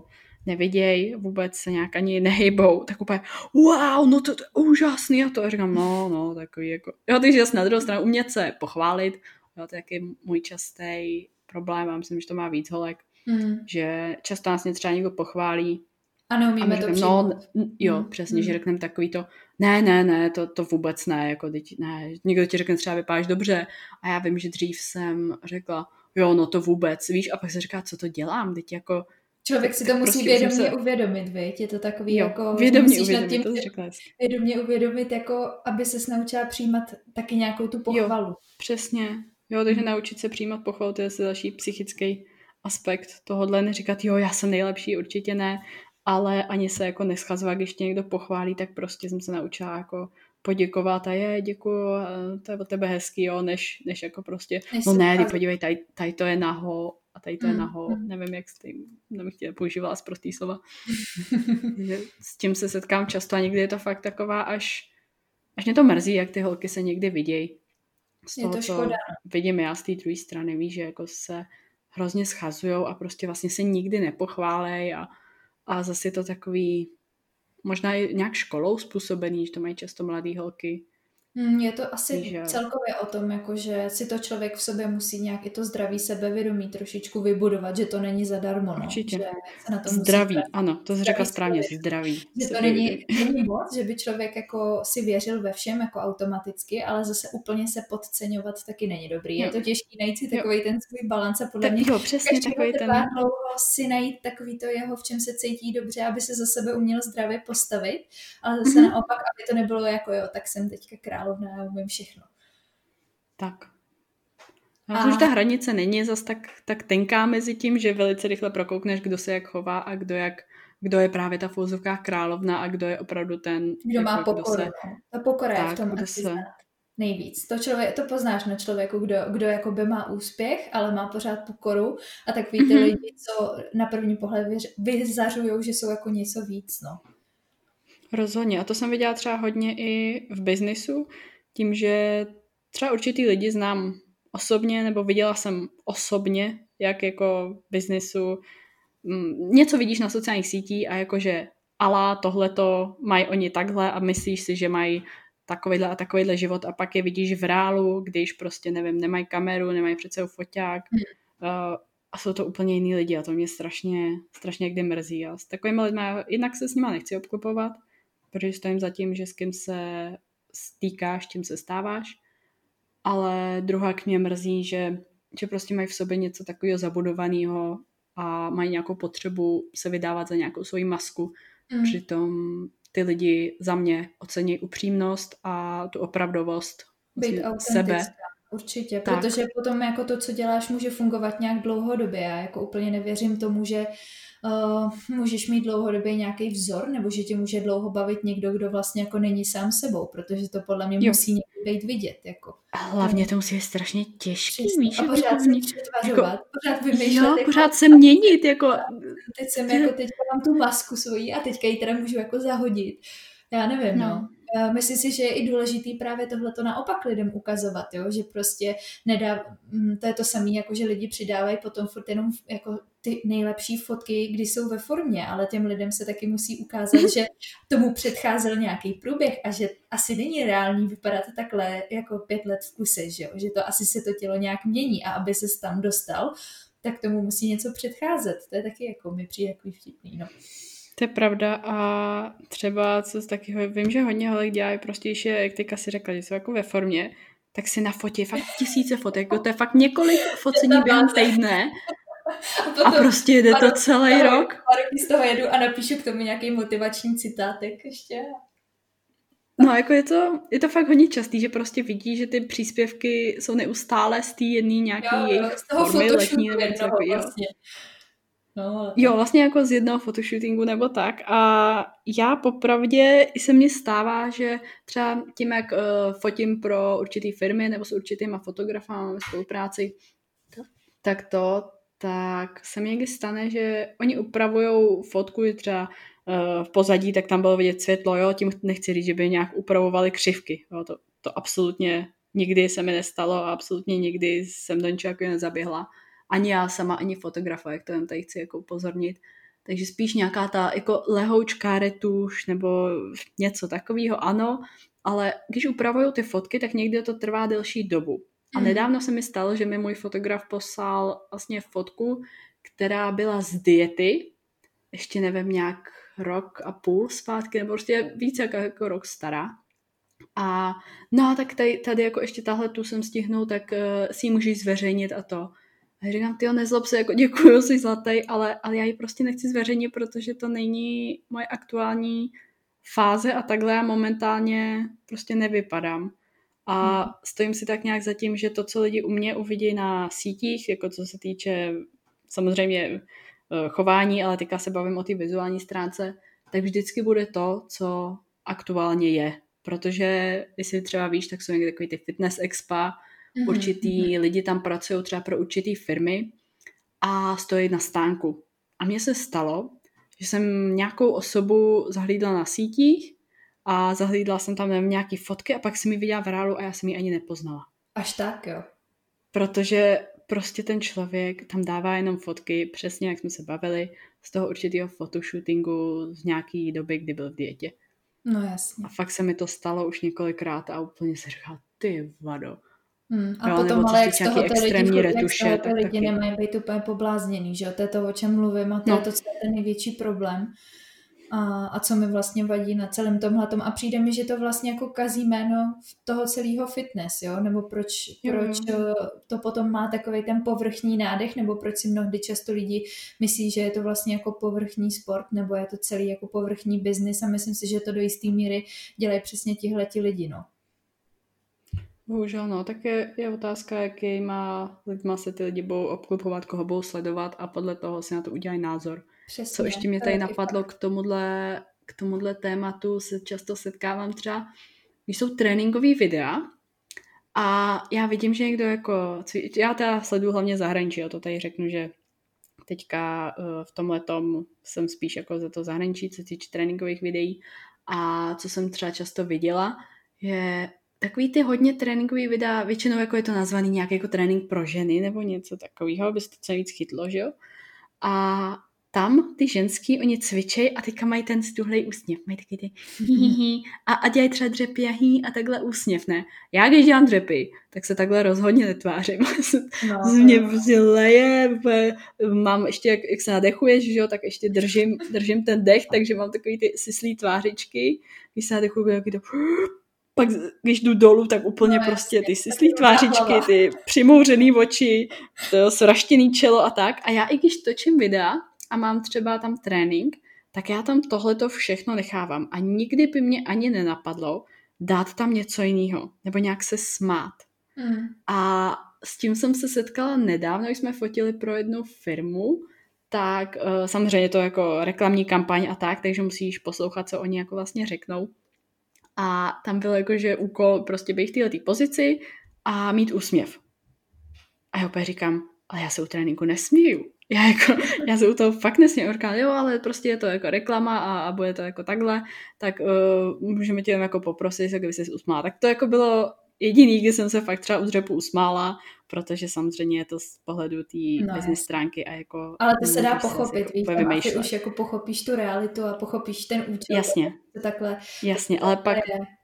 neviděj, vůbec se nějak ani nehybou, tak úplně wow, no to, to je úžasný a to. A říkám, no, no, takový jako, jo, takže zase na druhou stranu umět se pochválit, jo, to je taky můj častý problém, a myslím, že to má víc holek, mm. že často nás mě třeba někdo pochválí a neumíme to přijmout. No, jo, mm. přesně, mm. že řekneme takový to, ne, ne, ne, to, to vůbec ne, jako teď, ne, někdo ti řekne třeba vypadáš dobře a já vím, že dřív jsem řekla, jo, no to vůbec, víš, a pak se říká, co to dělám, teď jako člověk si to musí prostě vědomě se... uvědomit, viď? Je to takový jo, jako... vědomě uvědomit, tím, to řekla vědomě uvědomit, jako aby ses naučila přijímat taky nějakou tu pochvalu. Jo, přesně. Jo, takže hmm. naučit se přijímat pochvalu, to je asi další psychický aspekt tohohle, neříkat, jo, já jsem nejlepší, určitě ne, ale ani se jako neschazovat, když tě někdo pochválí, tak prostě jsem se naučila jako poděkovat a je, děkuju, to je od tebe hezký, jo, než, než jako prostě, než no ne, ty podívej, tady, tady to je naho, a tady to je naho, mm. nevím, jak s tím, nevím, chtěla používala zprostý slova. S tím se setkám často a někdy je to fakt taková, až, až mě to mrzí, jak ty holky se někdy vidějí. Z toho, je to škoda. Co vidím já z té druhé strany, víš, že jako se hrozně schazujou a prostě vlastně se nikdy nepochválej a, a zase je to takový, možná i nějak školou způsobený, že to mají často mladý holky. Je to asi že... celkově o tom, jako, že si to člověk v sobě musí nějak i to zdraví sebevědomí trošičku vybudovat, že to není zadarmo. No. Určitě. Že se na to zdraví, musí... ano, to jsi řekla správně, zdraví. Že to není, není moc, že by člověk jako si věřil ve všem jako automaticky, ale zase úplně se podceňovat taky není dobrý. Jo. Je to těžký najít si takový ten svůj balans a podle tak, mě jo, přesně takový ten... dlouho si najít takový to jeho, v čem se cítí dobře, aby se za sebe uměl zdravě postavit, ale zase mm-hmm. naopak, aby to nebylo jako jo, tak jsem teďka královna, já umím všechno. Tak. A už ta hranice není zas tak, tak tenká mezi tím, že velice rychle prokoukneš, kdo se jak chová a kdo, jak, kdo je právě ta v úzovkách královna a kdo je opravdu ten... Kdo jako, má pokoru. Se... Ta pokora tak, je v tom asi se... nejvíc. To, člověk, to poznáš na člověku, kdo, kdo jakoby má úspěch, ale má pořád pokoru a takový ty mm-hmm. lidi, co na první pohled vyzařujou, že jsou jako něco víc, no. Rozhodně. A to jsem viděla třeba hodně i v biznisu, tím, že třeba určitý lidi znám osobně, nebo viděla jsem osobně, jak jako v biznisu m, něco vidíš na sociálních sítích a jakože alá tohleto mají oni takhle a myslíš si, že mají takovýhle a takovýhle život a pak je vidíš v reálu, když prostě, nevím, nemají kameru, nemají před sebou foťák hmm. uh, a jsou to úplně jiný lidi a to mě strašně, strašně někdy mrzí. A s takovými lidmi jednak se s nima nechci obklopovat, protože stojím za tím, že s kým se stýkáš, čím se stáváš, ale druhá k mě mrzí, že, že prostě mají v sobě něco takového zabudovaného a mají nějakou potřebu se vydávat za nějakou svoji masku. Mm. Přitom ty lidi za mě ocení upřímnost a tu opravdovost být sebe. Určitě, tak. Protože potom jako to, co děláš, může fungovat nějak dlouhodobě. Já jako úplně nevěřím tomu, že uh, můžeš mít dlouhodobě nějaký vzor, nebo že tě může dlouho bavit někdo, kdo vlastně jako není sám sebou, protože to podle mě jo. musí někdy být vidět. Jako. A hlavně to musí být strašně těžký. Víš, a pořád se přetvařovat, jako, pořád vymýšlet. Jo, jako, pořád se měnit. Jako, teď jsem jako, teďka mám tu masku svoji a teďka ji teda můžu jako zahodit. Já nevím, no. no. Myslím si, že je i důležitý právě tohleto naopak lidem ukazovat, jo? Že prostě nedá, to je to samé, jako že lidi přidávají potom furt jenom jako ty nejlepší fotky, kdy jsou ve formě, ale těm lidem se taky musí ukázat, že tomu předcházel nějaký průběh a že asi není reálný vypadat takhle jako pět let v kuse, že, jo? Že to asi se to tělo nějak mění a aby ses tam dostal, tak tomu musí něco předcházet. To je taky jako mi přijde takový vtipný, no. To je pravda a třeba co z takového, vím, že hodně holek dělají prostě, že, jak teďka si řekla, že jsou jako ve formě, tak si nafotí fakt tisíce fotek, to je fakt několik focení během týdne a, a prostě jde to celý rok. Pár z toho jedu a napíšu k tomu nějaký motivační citátek ještě. No, jako je to, je to fakt hodně častý, že prostě vidí, že ty příspěvky jsou neustále z té jedné nějaký jo, jejich formy letní nebo něco takového. Vlastně. No, jo, vlastně jako z jednoho fotoshootingu nebo tak a já popravdě se mně stává, že třeba tím, jak uh, fotím pro určitý firmy nebo s určitýma fotografama ve spolupráci, tak to, tak se mi někdy stane, že oni upravujou fotku třeba uh, v pozadí, tak tam bylo vidět světlo, jo, tím nechci říct, že by nějak upravovali křivky, jo, to, to absolutně nikdy se mi nestalo a absolutně nikdy jsem do ničeho jako nezaběhla. Ani já sama, ani fotografové, jak to jen tady chci jako upozornit. takže spíš nějaká ta jako lehoučká retuš nebo něco takového, ano, ale když upravuju ty fotky, tak někdy to trvá delší dobu. A nedávno se mi stalo, že mi můj fotograf poslal vlastně fotku, která byla z diety, ještě nevím, nějak rok a půl zpátky, nebo prostě více jako, jako rok stará. A no a tak tady, tady jako ještě tahle tu jsem stihnul, tak uh, si ji můžeš zveřejnit a to. A já říkám, tyjo, nezlob se, jako děkuju, jsi zlatý, ale, ale já ji prostě nechci zveřejnit, protože to není moje aktuální fáze a takhle já momentálně prostě nevypadám. A hmm. stojím si tak nějak za tím, že to, co lidi u mě uvidí na sítích, jako co se týče samozřejmě chování, ale teďka se bavím o té vizuální stránce, tak vždycky bude to, co aktuálně je. Protože, jestli třeba víš, tak jsou někde takový ty fitness expa, mm-hmm. určitý lidi tam pracují třeba pro určitý firmy a stojí na stánku. A mně se stalo, že jsem nějakou osobu zahlídla na sítích a zahlídla jsem tam nevím, nějaký fotky a pak jsem ji viděla v reálu a já jsem ji ani nepoznala. Až tak, jo. Protože prostě ten člověk tam dává jenom fotky, přesně jak jsme se bavili, z toho určitého fotoshootingu z nějaký doby, kdy byl v dietě. No jasně. A fakt se mi to stalo už několikrát a úplně se říkala, ty vado. Hmm, a jo, potom, ale jak z toho extrémní lidi, retuše, jak z toho tak lidi taky. Nemají být úplně poblázněný, že jo? To je to, o čem mluvím a to no. je to, co je ten největší problém. A, a co mi vlastně vadí na celém tomhletom. A přijde mi, že to vlastně jako kazí jméno toho celého fitness, jo? Nebo proč, proč jo. to potom má takovej ten povrchní nádech, nebo proč si mnohdy často lidi myslí, že je to vlastně jako povrchní sport, nebo je to celý jako povrchní biznis a myslím si, že to do jistý míry dělají přesně tihleti lidi, no. Bohužel, no, tak je, je otázka, jakýma lidma se ty lidi budou obklopovat, koho budou sledovat a podle toho si na to udělají názor. Přesně, co ještě mě tady napadlo k tomuhle, k tomuhle tématu, se často setkávám třeba, když jsou tréninkové videa a já vidím, že někdo jako, já teda sleduju hlavně zahraničí, jo, to tady řeknu, že teďka v tomhletom jsem spíš jako za to zahraničí, co se týče tréninkových videí a co jsem třeba často viděla, je takový ty hodně tréninkový videa, většinou jako je to nazvaný nějak jako trénink pro ženy nebo něco takového, aby se to co víc chytlo, že jo? A tam ty ženský, oni cvičej a teďka mají ten stuhlej úsměv. Mají taky ty hihihi a, a dělají třeba dřepy a hí a takhle úsměv, ne? Já když dělám dřepy, tak se takhle rozhodně netvářím. No, z mě prostě leje, mám ještě, jak, jak se nadechuješ, že jo, tak ještě držím, držím ten dech, takže mám takový ty syslý tvářičky, když se nadechuju, jak to... Pak když jdu dolů, tak úplně no, prostě ty syslý tvářičky, ty přimouřený oči, to sraštěný čelo a tak. A já i když točím videa a mám třeba tam trénink, tak já tam tohleto všechno nechávám. A nikdy by mě ani nenapadlo dát tam něco jiného. Nebo nějak se smát. Mm. A s tím jsem se setkala nedávno, když jsme fotili pro jednu firmu, tak uh, samozřejmě to jako reklamní kampaň a tak, takže musíš poslouchat, co oni jako vlastně řeknou. A tam byl jakože úkol prostě být v této pozici a mít úsměv. A já opět říkám, ale já se u tréninku nesmíju. Já, jako, já se u toho fakt nesmím. Říkám, jo, ale prostě je to jako reklama a, a bude to jako takhle, tak uh, můžeme tě jako poprosit, kdyby ses usmála. Tak to jako bylo jediný, kdy jsem se fakt třeba u dřepu usmála, protože samozřejmě je to z pohledu té no, business stránky a jako... Ale to se dá pochopit, víš, a ty už jako pochopíš tu realitu a pochopíš ten účel. Jasně, takhle, jasně, ale pak,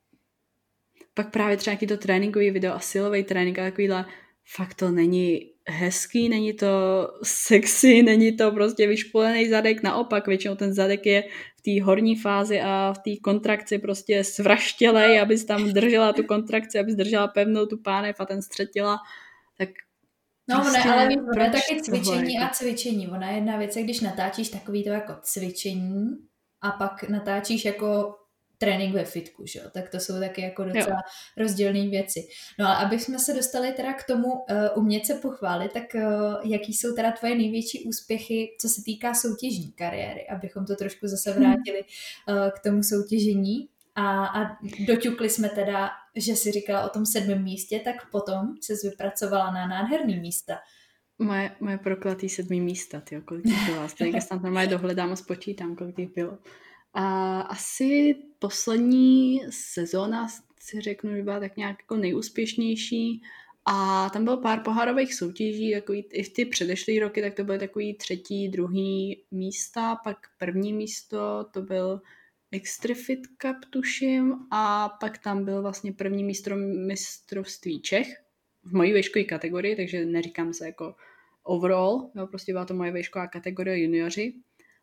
pak právě třeba nějaký to tréninkový video a silový trénink a takovýhle, fakt to není hezký, není to sexy, není to prostě vyšpolený zadek, naopak většinou ten zadek je v té horní fázi a v té kontrakci prostě svraštělej, abys tam držela tu kontrakci, abys držela pevnou tu pánev a ten střetila, tak no, prostě, ne, ale víš, ono je taky cvičení a cvičení. Ona je jedna věc, když natáčíš takový to jako cvičení a pak natáčíš jako trénink ve fitku, že? Tak to jsou taky jako docela jo. rozdílné věci. No ale aby jsme se dostali teda k tomu uh, umět se pochválit, tak uh, jaký jsou teda tvoje největší úspěchy, co se týká soutěžní kariéry, abychom to trošku zase vrátili uh, k tomu soutěžení. A, a doťukli jsme teda, že jsi říkala o tom sedmém místě, tak potom ses vypracovala na nádherný místa. Moje, moje prokletý sedmý místa, tyjo, kolik jich bylo. Stejně snad normálně dohledám a spočítám, kolik jich bylo. A asi poslední sezóna si řeknu, že byla tak nějak jako nejúspěšnější A tam bylo pár pohárových soutěží, takový, i v ty předešlý roky, tak to byly takový třetí, druhý místa, pak první místo, to byl Extrafit Cup, tuším, a pak tam byl vlastně první mistro, mistrovství Čech v mojí vejškové kategorii, takže neříkám se jako overall, jo, prostě byla to moje vejšková kategorie junioři.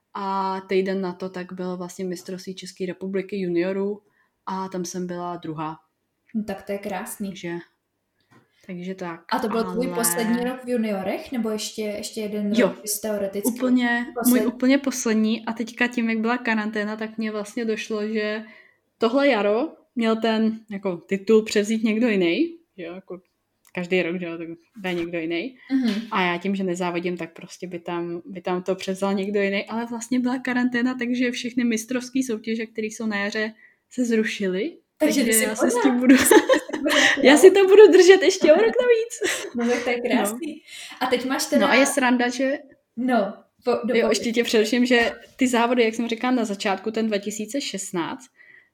A týden na to tak bylo vlastně mistrovství České republiky juniorů a tam jsem byla druhá. No, tak to je krásný. Takže, takže tak. A to byl ale... tvůj poslední rok v juniorech, nebo ještě, ještě jeden jo, rok teoreticky? Úplně, můj úplně poslední a teďka tím, jak byla karanténa, tak mně vlastně došlo, že tohle jaro měl ten jako titul převzít někdo jiný, jo, jako každý rok, že jo, tak dá někdo jiný. Mm-hmm. A já tím, že nezávodím, tak prostě by tam, by tam to převzal někdo jiný, ale vlastně byla karanténa, takže všechny mistrovské soutěže, které jsou na jaře, se zrušily. Takže, takže já se s tím budu... já si to budu držet ještě o rok navíc. No tak to je krásný. No. A teď máš teda... No a je sranda, že... No, po, jo, ještě tě především, že ty závody, jak jsem říkala na začátku, ten dva tisíce šestnáct,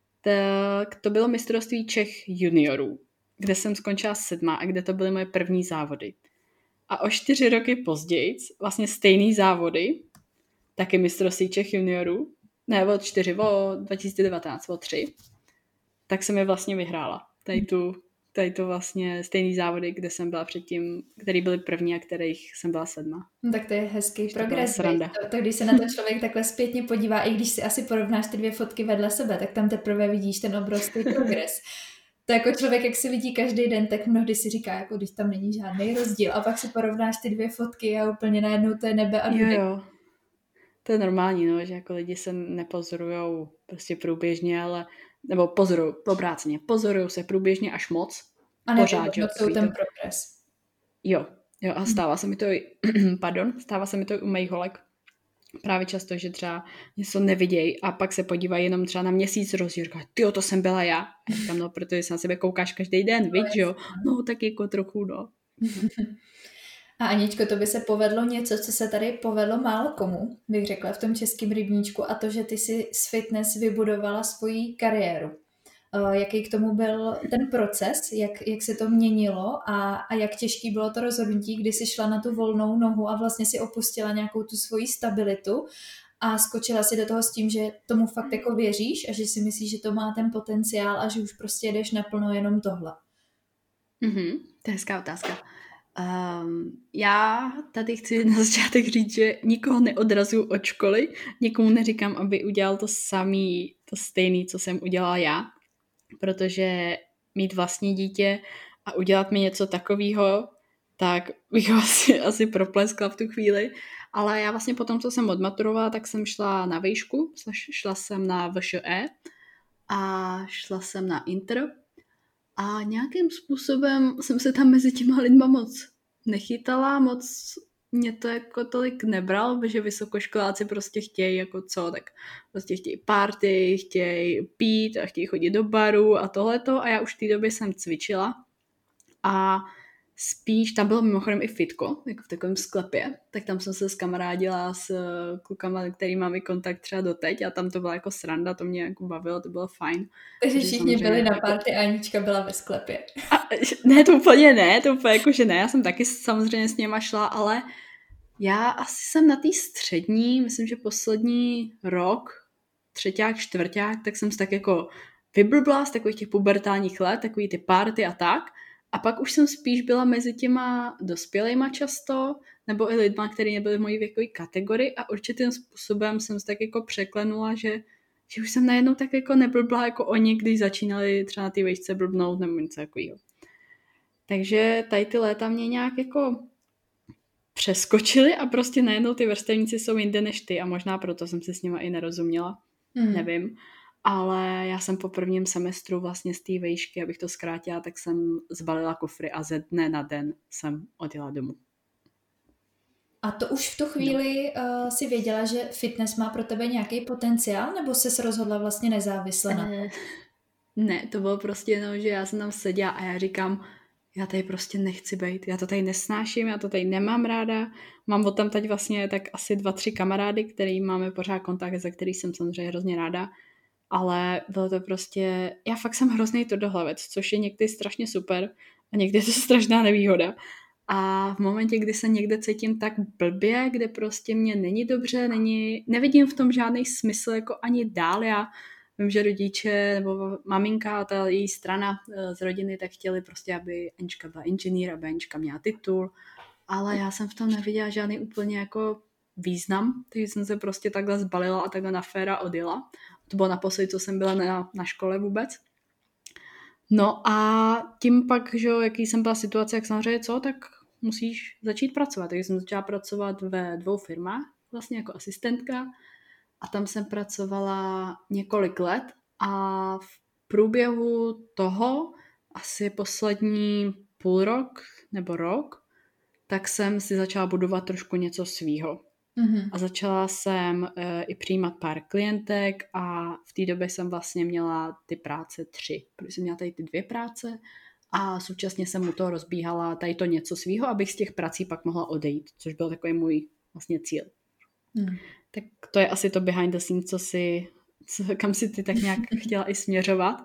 tak to bylo mistrovství Čech juniorů, kde jsem skončila sedma a kde to byly moje první závody. A o čtyři roky později, vlastně stejný závody, taky mistrovství Čech juniorů, ne, o čtyři, o dva tisíce devatenáct, o tři, tak jsem je vlastně vyhrála. Tady tu, tady tu vlastně stejný závody, kde jsem byla předtím, který byly první a kterých jsem byla sedma. No, tak to je hezký progres. To, to, když se na to člověk takhle zpětně podívá, i když si asi porovnáš ty dvě fotky vedle sebe, tak tam teprve vidíš ten obrovský progres. To jako člověk, jak si vidí každý den, tak mnohdy si říká, jako když tam není žádný rozdíl a pak si porovnáš ty dvě fotky a úplně najednou to je nebe a dudy. Jo, jo. To je normální, no, že jako lidi se nepozorujou prostě průběžně, ale nebo pozorují, obráceně, pozorují se průběžně až moc. A pořád, jo, to ten progres. Jo, jo, a stává se mi to i, pardon, stává se mi to i u mých holek. Právě často, že třeba něco nevidějí a pak se podívají jenom třeba na měsíc rozdíl, říkají, tyjo, to jsem byla já. A říkám, no, protože se na sebe koukáš každý den, víš, jo? No, tak jako trochu, no. A Aničko, to by se povedlo něco, co se tady povedlo málo komu, bych řekla, v tom českém rybníčku, a to, že ty si z fitness vybudovala svoji kariéru. Jaký k tomu byl ten proces, jak, jak se to měnilo a, a jak těžký bylo to rozhodnutí, kdy jsi šla na tu volnou nohu a vlastně si opustila nějakou tu svoji stabilitu a skočila si do toho s tím, že tomu fakt jako věříš a že si myslíš, že to má ten potenciál a že už prostě jdeš naplno jenom tohle. Mm-hmm, to je hezká otázka. Um, já tady chci na začátek říct, že nikoho neodrazuju od školy, nikomu neříkám, aby udělal to samý, to stejný, co jsem udělala já, protože mít vlastní dítě a udělat mi něco takového, tak bych ho asi, asi propleskla v tu chvíli. Ale já vlastně potom, co jsem odmaturovala, tak jsem šla na výšku, šla jsem na V Š E a šla jsem na Inter a nějakým způsobem jsem se tam mezi těma lidma moc nechytala, moc mě to jako tolik nebral, protože vysokoškoláci prostě chtějí jako co, tak prostě chtějí party, chtějí pít a chtějí chodit do baru a tohleto a já už v té době jsem cvičila a spíš, tam bylo mimochodem i fitko, jako v takovém sklepě, tak tam jsem se skamarádila s klukama, který mám i kontakt třeba doteď a tam to byla jako sranda, to mě jako bavilo, to bylo fajn. Takže všichni byli na party a Anička byla ve sklepě. A, ne, to úplně ne, to úplně jako, že ne, já jsem taky samozřejmě s něma šla, ale já asi jsem na té střední, myslím, že poslední rok, třeťák, čtvrťák, tak jsem se tak jako vyblbla z takových těch pubertálních let, takový ty party a tak. A pak už jsem spíš byla mezi těma dospělejma často, nebo i lidma, kteří nebyli v mojí věkové kategorii a určitým způsobem jsem se tak jako překlenula, že, že už jsem najednou tak jako neblbla jako oni, když začínali třeba na té výšce blbnout nebo něco takového. Takže tady ty léta mě nějak jako přeskočily a prostě najednou ty vrstevníci jsou jinde než ty a možná proto jsem si s nima i nerozuměla, hmm. nevím. Ale já jsem po prvním semestru vlastně z té vejšky, abych to zkrátila, tak jsem zbalila kufry a ze dne na den jsem odjela domů. A to už v tu chvíli no. uh, si věděla, že fitness má pro tebe nějaký potenciál, nebo jsi se rozhodla vlastně nezávisle na to? Ne, to bylo prostě jenom, že já jsem tam seděla a já říkám, já tady prostě nechci být, já to tady nesnáším, já to tady nemám ráda. Mám od tam teď vlastně tak asi dva, tři kamarády, který máme pořád kontakt, za který jsem samozřejmě hrozně ráda. Ale bylo to prostě, já fakt jsem hrozný tvrdohlavec, což je někdy strašně super, A někdy je to strašná nevýhoda. A v momentě, kdy se někde cítím tak blbě, kde prostě mě není dobře, není, nevidím v tom žádný smysl jako ani dál. Já vím, že rodiče nebo maminka a ta její strana z rodiny tak chtěli prostě, aby Anička byla inženýr, aby Anička měla titul, ale já jsem v tom neviděla žádný úplně jako význam, takže jsem se prostě takhle zbalila a takhle na féra odjela. To bylo naposledy, co jsem byla na, na škole vůbec. No a tím pak, že jaký jsem byla situace, jak samozřejmě co, tak musíš začít pracovat. Takže jsem začala pracovat ve dvou firmách, vlastně jako asistentka a tam jsem pracovala několik let a v průběhu toho asi poslední půl rok nebo rok, tak jsem si začala budovat trošku něco svýho. Mm-hmm. A začala jsem e, i přijímat pár klientek a v té době jsem vlastně měla ty práce tři. Protože jsem měla tady ty dvě práce a současně jsem mu to rozbíhala tady to něco svýho, abych z těch prací pak mohla odejít, což byl takový můj vlastně cíl. Mm. Tak to je asi to behind the scenes, co si, co, kam si ty tak nějak chtěla i směřovat,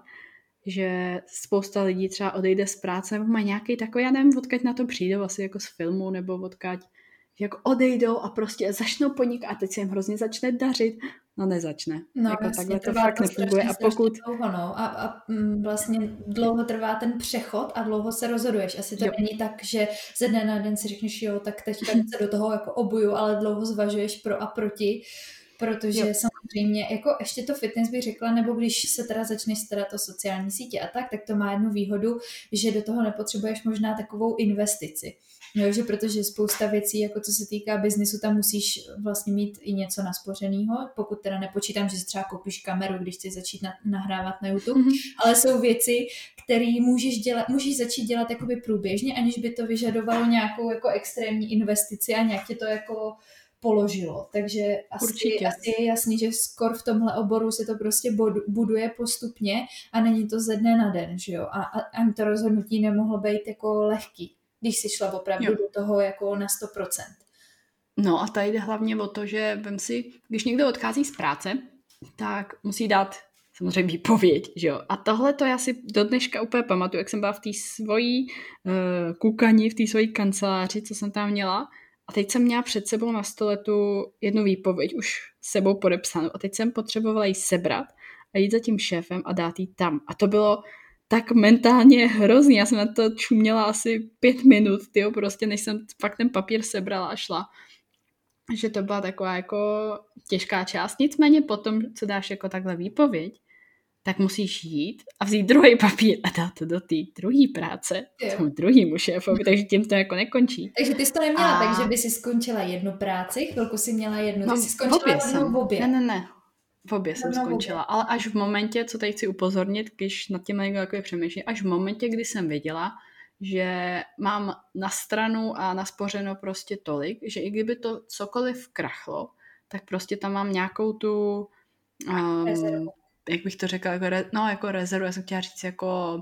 že spousta lidí třeba odejde z práce nebo mají nějaký takový, já nevím, odkud na to přijdou, asi jako z filmu nebo odkud jako odejdou a prostě začnou podnikat a teď se jim hrozně začne dařit. No nezačne. No, jako jasně, takhle to fakt to nefunguje. Strašně, a pokud... dlouho, no. A, a vlastně dlouho trvá ten přechod a dlouho se rozhoduješ. Asi to jo. Není tak, že ze dne na den si řekneš, jo, tak teď se do toho jako obuju, ale dlouho zvažuješ pro a proti. Protože jo. Samozřejmě, jako ještě to fitness bych řekla, nebo když se teda začneš starat o sociální sítě a tak, tak to má jednu výhodu, že do toho nepotřebuješ možná takovou investici. Jo, že protože spousta věcí, jako co se týká biznisu, tam musíš vlastně mít i něco naspořenýho, pokud teda nepočítám, že si třeba koupíš kameru, když chceš začít na, nahrávat na YouTube, mm-hmm. ale jsou věci, které můžeš dělat, můžeš začít dělat jakoby průběžně, aniž by to vyžadovalo nějakou jako extrémní investici a nějak tě to jako položilo. Takže asi, asi je jasný, že skoro v tomhle oboru se to prostě buduje postupně a není to ze dne na den, že jo? A, a ani to rozhodnutí nemohlo být jako lehký, když si šla opravdu jo. do toho jako na sto procent. No a tady jde hlavně o to, že vem si, když někdo odchází z práce, tak musí dát samozřejmě výpověď, že jo. A tohle to já si do dneška úplně pamatuju, jak jsem byla v té svojí uh, kukani, v té svojí kanceláři, co jsem tam měla. A teď jsem měla před sebou na stole tu jednu výpověď, už sebou podepsanou. A teď jsem potřebovala ji sebrat a jít za tím šéfem a dát ji tam. A to bylo tak mentálně hrozný. Já jsem na to čuměla asi pět minut, tyjo, prostě, než jsem fakt ten papír sebrala a šla. Že to byla taková jako těžká část. Nicméně potom, co dáš jako takhle výpověď, tak musíš jít a vzít druhý papír a dát to do té druhé práce, jo. tomu druhýmu šéfovi, takže tím to jako nekončí. Takže ty jsi to neměla a... tak, že by si skončila jednu práci, chvilku si měla jednu, no, ty jsi skončila v obě. Ne, ne, ne, v obě jsem no, skončila, obě. Ale až v momentě, co tady chci upozornit, když nad tím někdo jako přemýšlí, až v momentě, kdy jsem věděla, že mám na stranu a naspořeno prostě tolik, že i kdyby to cokoliv krachlo, tak prostě tam mám nějakou tu... Um, jak bych to řekla, jako, re, no, jako rezervu, já jsem chtěla říct jako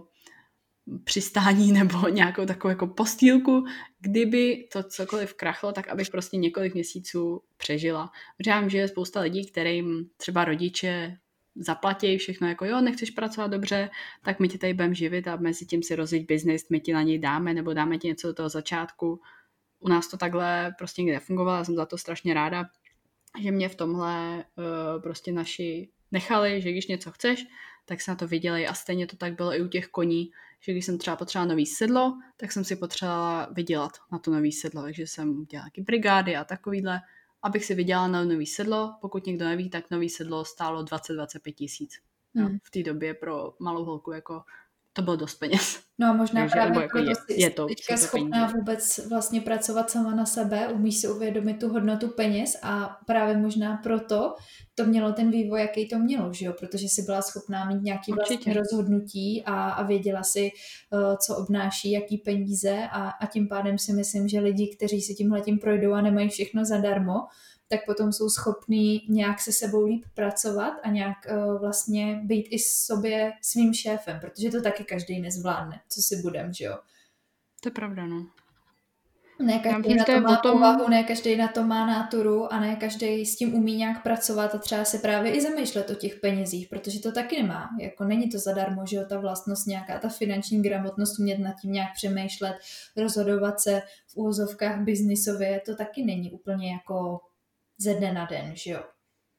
přistání nebo nějakou takovou jako postýlku, kdyby to cokoliv krachlo, tak abych prostě několik měsíců přežila. Protože já vím, že je spousta lidí, kterým třeba rodiče zaplatí všechno, jako jo, nechceš pracovat dobře, tak my ti tady budeme živit a mezi tím si rozjít biznis, my ti na něj dáme, nebo dáme ti něco do toho začátku. U nás to takhle prostě nikdy nefungovalo, já jsem za to strašně ráda, že mě v tomhle uh, prostě naši nechali, že když něco chceš, tak se na to vydělej a stejně to tak bylo i u těch koní, že když jsem třeba potřebovala nový sedlo, tak jsem si potřebovala vydělat na to nový sedlo, takže jsem dělala taky brigády a takovýhle, abych si vydělala na nový sedlo. Pokud někdo neví, tak nový sedlo stálo dvacet až dvacet pět tisíc. Hmm. V té době pro malou holku jako to bylo dost peněz. No a možná takže, právě jako je, jsi je to, teďka schopná peníze. Vůbec vlastně pracovat sama na sebe, umíš si uvědomit tu hodnotu peněz a právě možná proto to mělo ten vývoj, jaký to mělo, že jo? Protože jsi byla schopná mít nějaké vlastně rozhodnutí a, a věděla si, uh, co obnáší, jaký peníze a, a tím pádem si myslím, že lidi, kteří si tímhletím projdou a nemají všechno zadarmo, tak potom jsou schopní nějak se sebou líp pracovat a nějak uh, vlastně být i sobě svým šéfem, protože to taky každý nezvládne, co si budem, že jo. To je pravda, no. Ne Já každý myslím, na že to to je má o tom, povahu, ne každý na to má náturu a ne každý s tím umí nějak pracovat a třeba se právě i zamýšlet o těch penězích, protože to taky nemá. Jako není to zadarmo, že jo, ta vlastnost nějaká, ta finanční gramotnost, umět nad tím nějak přemýšlet, rozhodovat se v úvozovkách biznisově, to taky není úplně jako ze dne na den, že jo.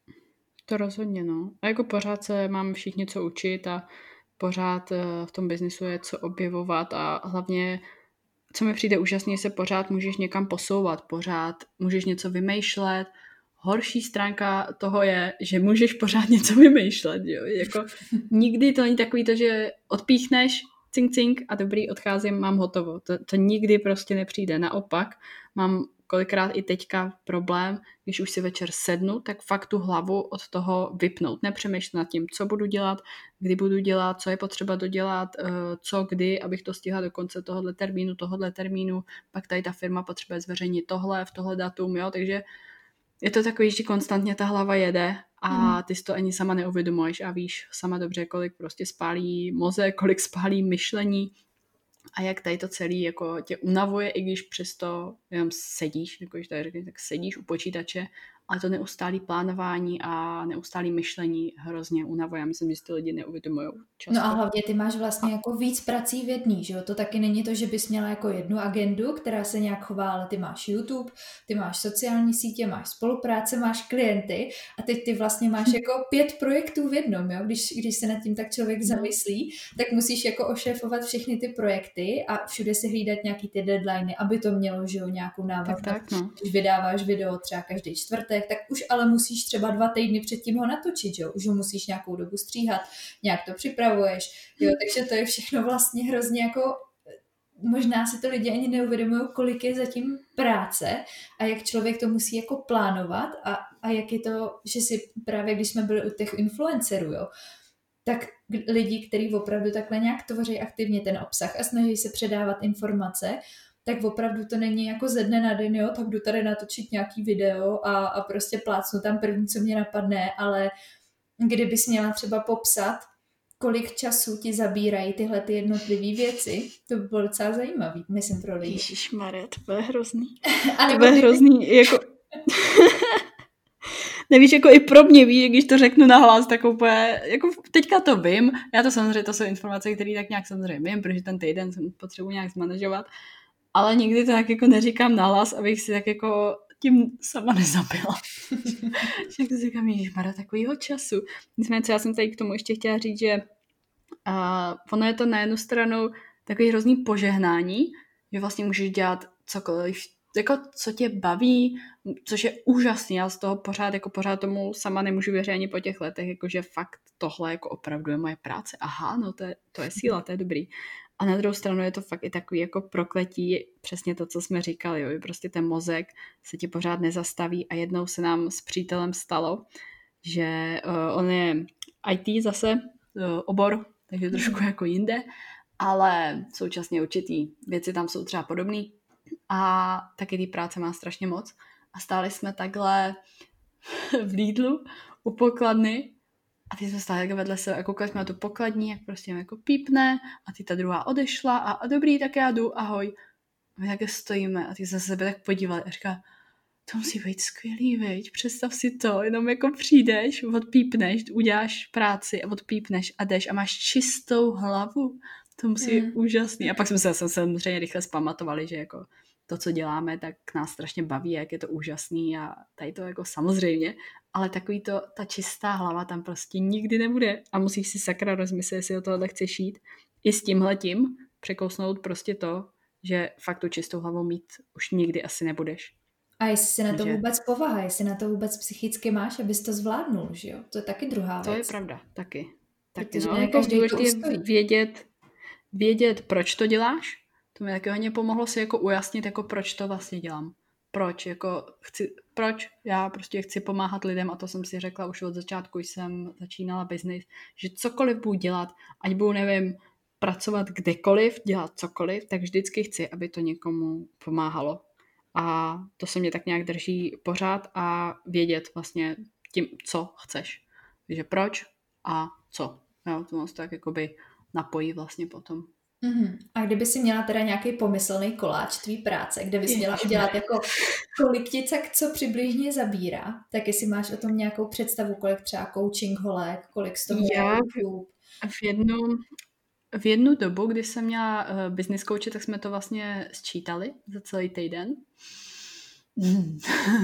To rozhodně, no. A jako pořád se máme všichni co učit a pořád v tom biznisu je co objevovat a hlavně, co mi přijde úžasný, se pořád můžeš někam posouvat, pořád můžeš něco vymýšlet. Horší stránka toho je, že můžeš pořád něco vymýšlet, jo. Jako nikdy to není takový to, že odpíchneš, cink, cink a dobrý, odcházím, mám hotovo. To, to nikdy prostě nepřijde. Naopak, mám kolikrát i teďka problém, když už si večer sednu, tak fakt tu hlavu od toho vypnout. Nepřemýšlet nad tím, co budu dělat, kdy budu dělat, co je potřeba dodělat, co kdy, abych to stihla do konce tohohle termínu, tohohle termínu, pak tady ta firma potřebuje zveřejnit tohle, v tohle datum, jo, takže je to takový, že konstantně ta hlava jede a ty si to ani sama neuvědomuješ a víš sama dobře, kolik prostě spálí mozek, kolik spálí myšlení a jak tady to celý jako tě unavuje, i když přesto jenom sedíš, jako když tady řekne, tak sedíš u počítače, ale to neustálý plánování a neustálý myšlení hrozně unavuje. Já myslím, že si to lidi neuvědomují často. No a hlavně ty máš vlastně jako víc prací v jedný, že jo? To taky není to, že bys měla jako jednu agendu, která se nějak chová, ale ty máš YouTube, ty máš sociální sítě, máš spolupráce, máš klienty a teď ty vlastně máš jako pět projektů v jednom, jo? Když, když se nad tím tak člověk zamyslí, tak musíš jako ošéfovat všechny ty projekty a všude si hlídat nějaký ty deadliny, aby to mělo, že jo, nějakou návaznost. Tak, tak, no. Když vydáváš video třeba každý čtvrtek, tak už ale musíš třeba dva týdny předtím ho natočit, že jo? Už ho musíš nějakou dobu stříhat, nějak to připravuješ, jo, takže to je všechno vlastně hrozně jako, možná si to lidi ani neuvědomují, kolik je zatím práce a jak člověk to musí jako plánovat a, a jak je to, že si právě, když jsme byli u těch influencerů, jo, tak lidi, kteří opravdu takhle nějak tvoří aktivně ten obsah a snaží se předávat informace, tak opravdu to není jako ze dne na den, jo, tak jdu tady natočit nějaký video a, a prostě plácnu tam první, co mě napadne, ale kdybys měla třeba popsat, kolik času ti zabírají tyhle ty jednotlivé věci, to by bylo docela zajímavý, myslím, pro lidi. Ježišmarja, to bude hrozný. A to bude hrozný, jako... Nevíš, jako i pro mě, víš, když to řeknu nahlas, tak úplně, jako teďka to vím, já to samozřejmě, to jsou informace, které tak nějak samozřejmě vím, protože ten týden jsem potřebuji nějak zmanažovat, ale nikdy to tak jako neříkám nahlas, abych si tak jako tím sama nezabila. Však to si říkám, ježišmarja, takovýho času. Nicméně, co já jsem tady k tomu ještě chtěla říct, že uh, ono je to na jednu stranu takový hrozný požehnání, že vlastně můžeš dělat cokoliv, jako co tě baví, což je úžasný, já z toho pořád, jako pořád tomu sama nemůžu věřit ani po těch letech, jakože fakt tohle jako opravdu je moje práce. Aha, no to je, to je síla, to je dobrý. A na druhou stranu je to fakt i takový jako prokletí, přesně to, co jsme říkali, jo, prostě ten mozek se ti pořád nezastaví a jednou se nám s přítelem stalo, že uh, on je í té zase, uh, obor, takže trošku jako jinde, ale současně určitý věci tam jsou třeba podobný a taky té práce má strašně moc a stáli jsme takhle v Lidlu u pokladny a ty jsme stáli vedle sebe a koukali jsme na tu pokladní, jak prostě jako pípne a ty ta druhá odešla a, a dobrý, tak já jdu, ahoj. A my jak stojíme a ty se sebe tak podívali a říká, to musí být skvělý, viď? Představ si to, jenom jako přijdeš, odpípneš, uděláš práci a odpípneš a jdeš a máš čistou hlavu. To musí být mm. úžasný. A pak jsme se samozřejmě rychle zpamatovali, že jako to, co děláme, tak nás strašně baví, jak je to úžasný a tady to jako samozřejmě, ale takový to, ta čistá hlava tam prostě nikdy nebude a musíš si sakra rozmyslet, jestli o tohle chceš jít. I s tímhletím překousnout prostě to, že fakt tu čistou hlavu mít už nikdy asi nebudeš. A jestli si na to vůbec povaha, jestli na to vůbec psychicky máš, abys to zvládnul, že jo? To je taky druhá to věc. To je pravda, taky. taky Protože no, ne jako každý to je ustojí. vědět, vědět, proč to děláš. To mi taky hodně pomohlo si jako ujasnit, jako proč to vlastně dělám. Proč, jako chci, proč já prostě chci pomáhat lidem a to jsem si řekla už od začátku, když jsem začínala biznis, že cokoliv budu dělat, ať budu, nevím, pracovat kdekoliv, dělat cokoliv, tak vždycky chci, aby to někomu pomáhalo. A to se mě tak nějak drží pořád a vědět vlastně tím, co chceš. Takže proč a co. Jo, to nás tak jakoby napojí vlastně potom. Mm-hmm. A kdyby si měla teda nějaký pomyslný koláč tvý práce, kde bys měla udělat jako kolik ti tak co přibližně zabírá, tak jestli máš o tom nějakou představu, kolik třeba coaching holek, kolik z toho je YouTube? V jednu, v jednu dobu, kdy jsem měla uh, business coache, tak jsme to vlastně sčítali za celý týden. Mm.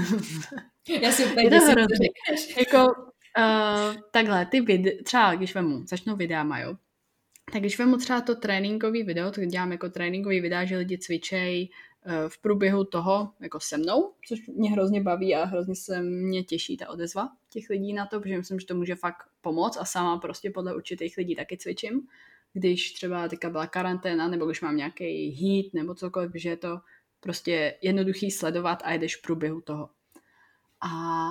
Já si úplně děsím, co řekneš. Jako uh, takhle, ty videa, třeba když vemu, začnou videama, jo, tak když vemu třeba to tréninkový video, to dělám jako tréninkový videa, že lidi cvičej uh, v průběhu toho jako se mnou, což mě hrozně baví a hrozně se mě těší ta odezva těch lidí na to, protože myslím, že to může fakt pomoct a sama prostě podle určitých lidí taky cvičím, když třeba teďka byla karanténa, nebo když mám nějaký heat nebo cokoliv, že je to prostě jednoduchý sledovat a jdeš v průběhu toho. A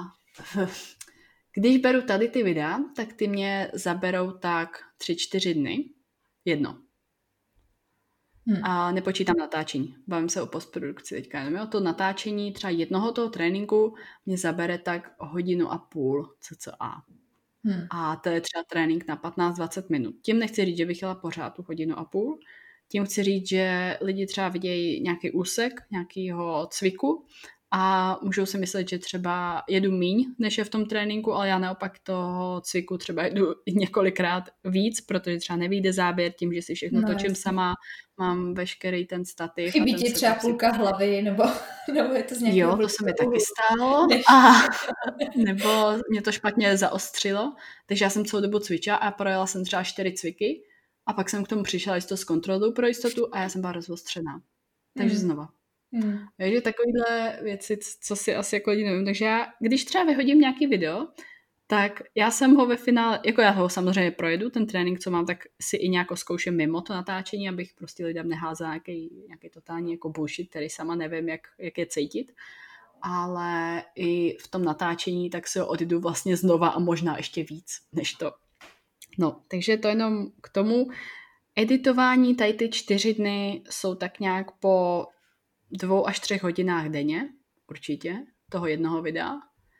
když beru tady ty videa, tak ty mě zaberou tak tři, čtyři dny. Jedno. Hmm. A nepočítám natáčení. Bavím se o postprodukci teďka. Jenom jo? To natáčení třeba jednoho toho tréninku mě zabere tak hodinu a půl cca. Hmm. A to je třeba trénink na patnáct dvacet minut. Tím nechci říct, že bych jela pořád tu hodinu a půl. Tím chci říct, že lidi třeba vidějí nějaký úsek, nějakýho cviku a můžou si myslet, že třeba jedu míň, než je v tom tréninku, ale já naopak toho cviku třeba jedu několikrát víc, protože třeba nevyjde záběr tím, že si všechno no, točím jasný. sama, mám veškerý ten stativ. Chybí ti třeba půlka si... hlavy, nebo, nebo je to z nějakého... Jo, to se mi taky stalo. A, nebo mě to špatně zaostřilo, takže já jsem celou dobu cvičila a projela jsem třeba čtyři cviky a pak jsem k tomu přišla jisto s kontrolou pro jistotu a já jsem byla rozostřená. Takže mm. znova. Hmm. Takže takovýhle věci, co si asi jako lidi nevím. Takže já, když třeba vyhodím nějaký video, tak já jsem ho ve finále, jako já ho samozřejmě projedu, ten trénink, co mám, tak si i nějak zkouším mimo to natáčení, abych prostě lidem neházela nějaký, nějaký totální jako bullshit, který sama nevím, jak, jak je cítit. Ale i v tom natáčení tak si ho odjdu vlastně znova a možná ještě víc, než to. No, takže to jenom k tomu. Editování tady ty čtyři dny jsou tak nějak po dvou až třech hodinách denně, určitě, toho jednoho videa.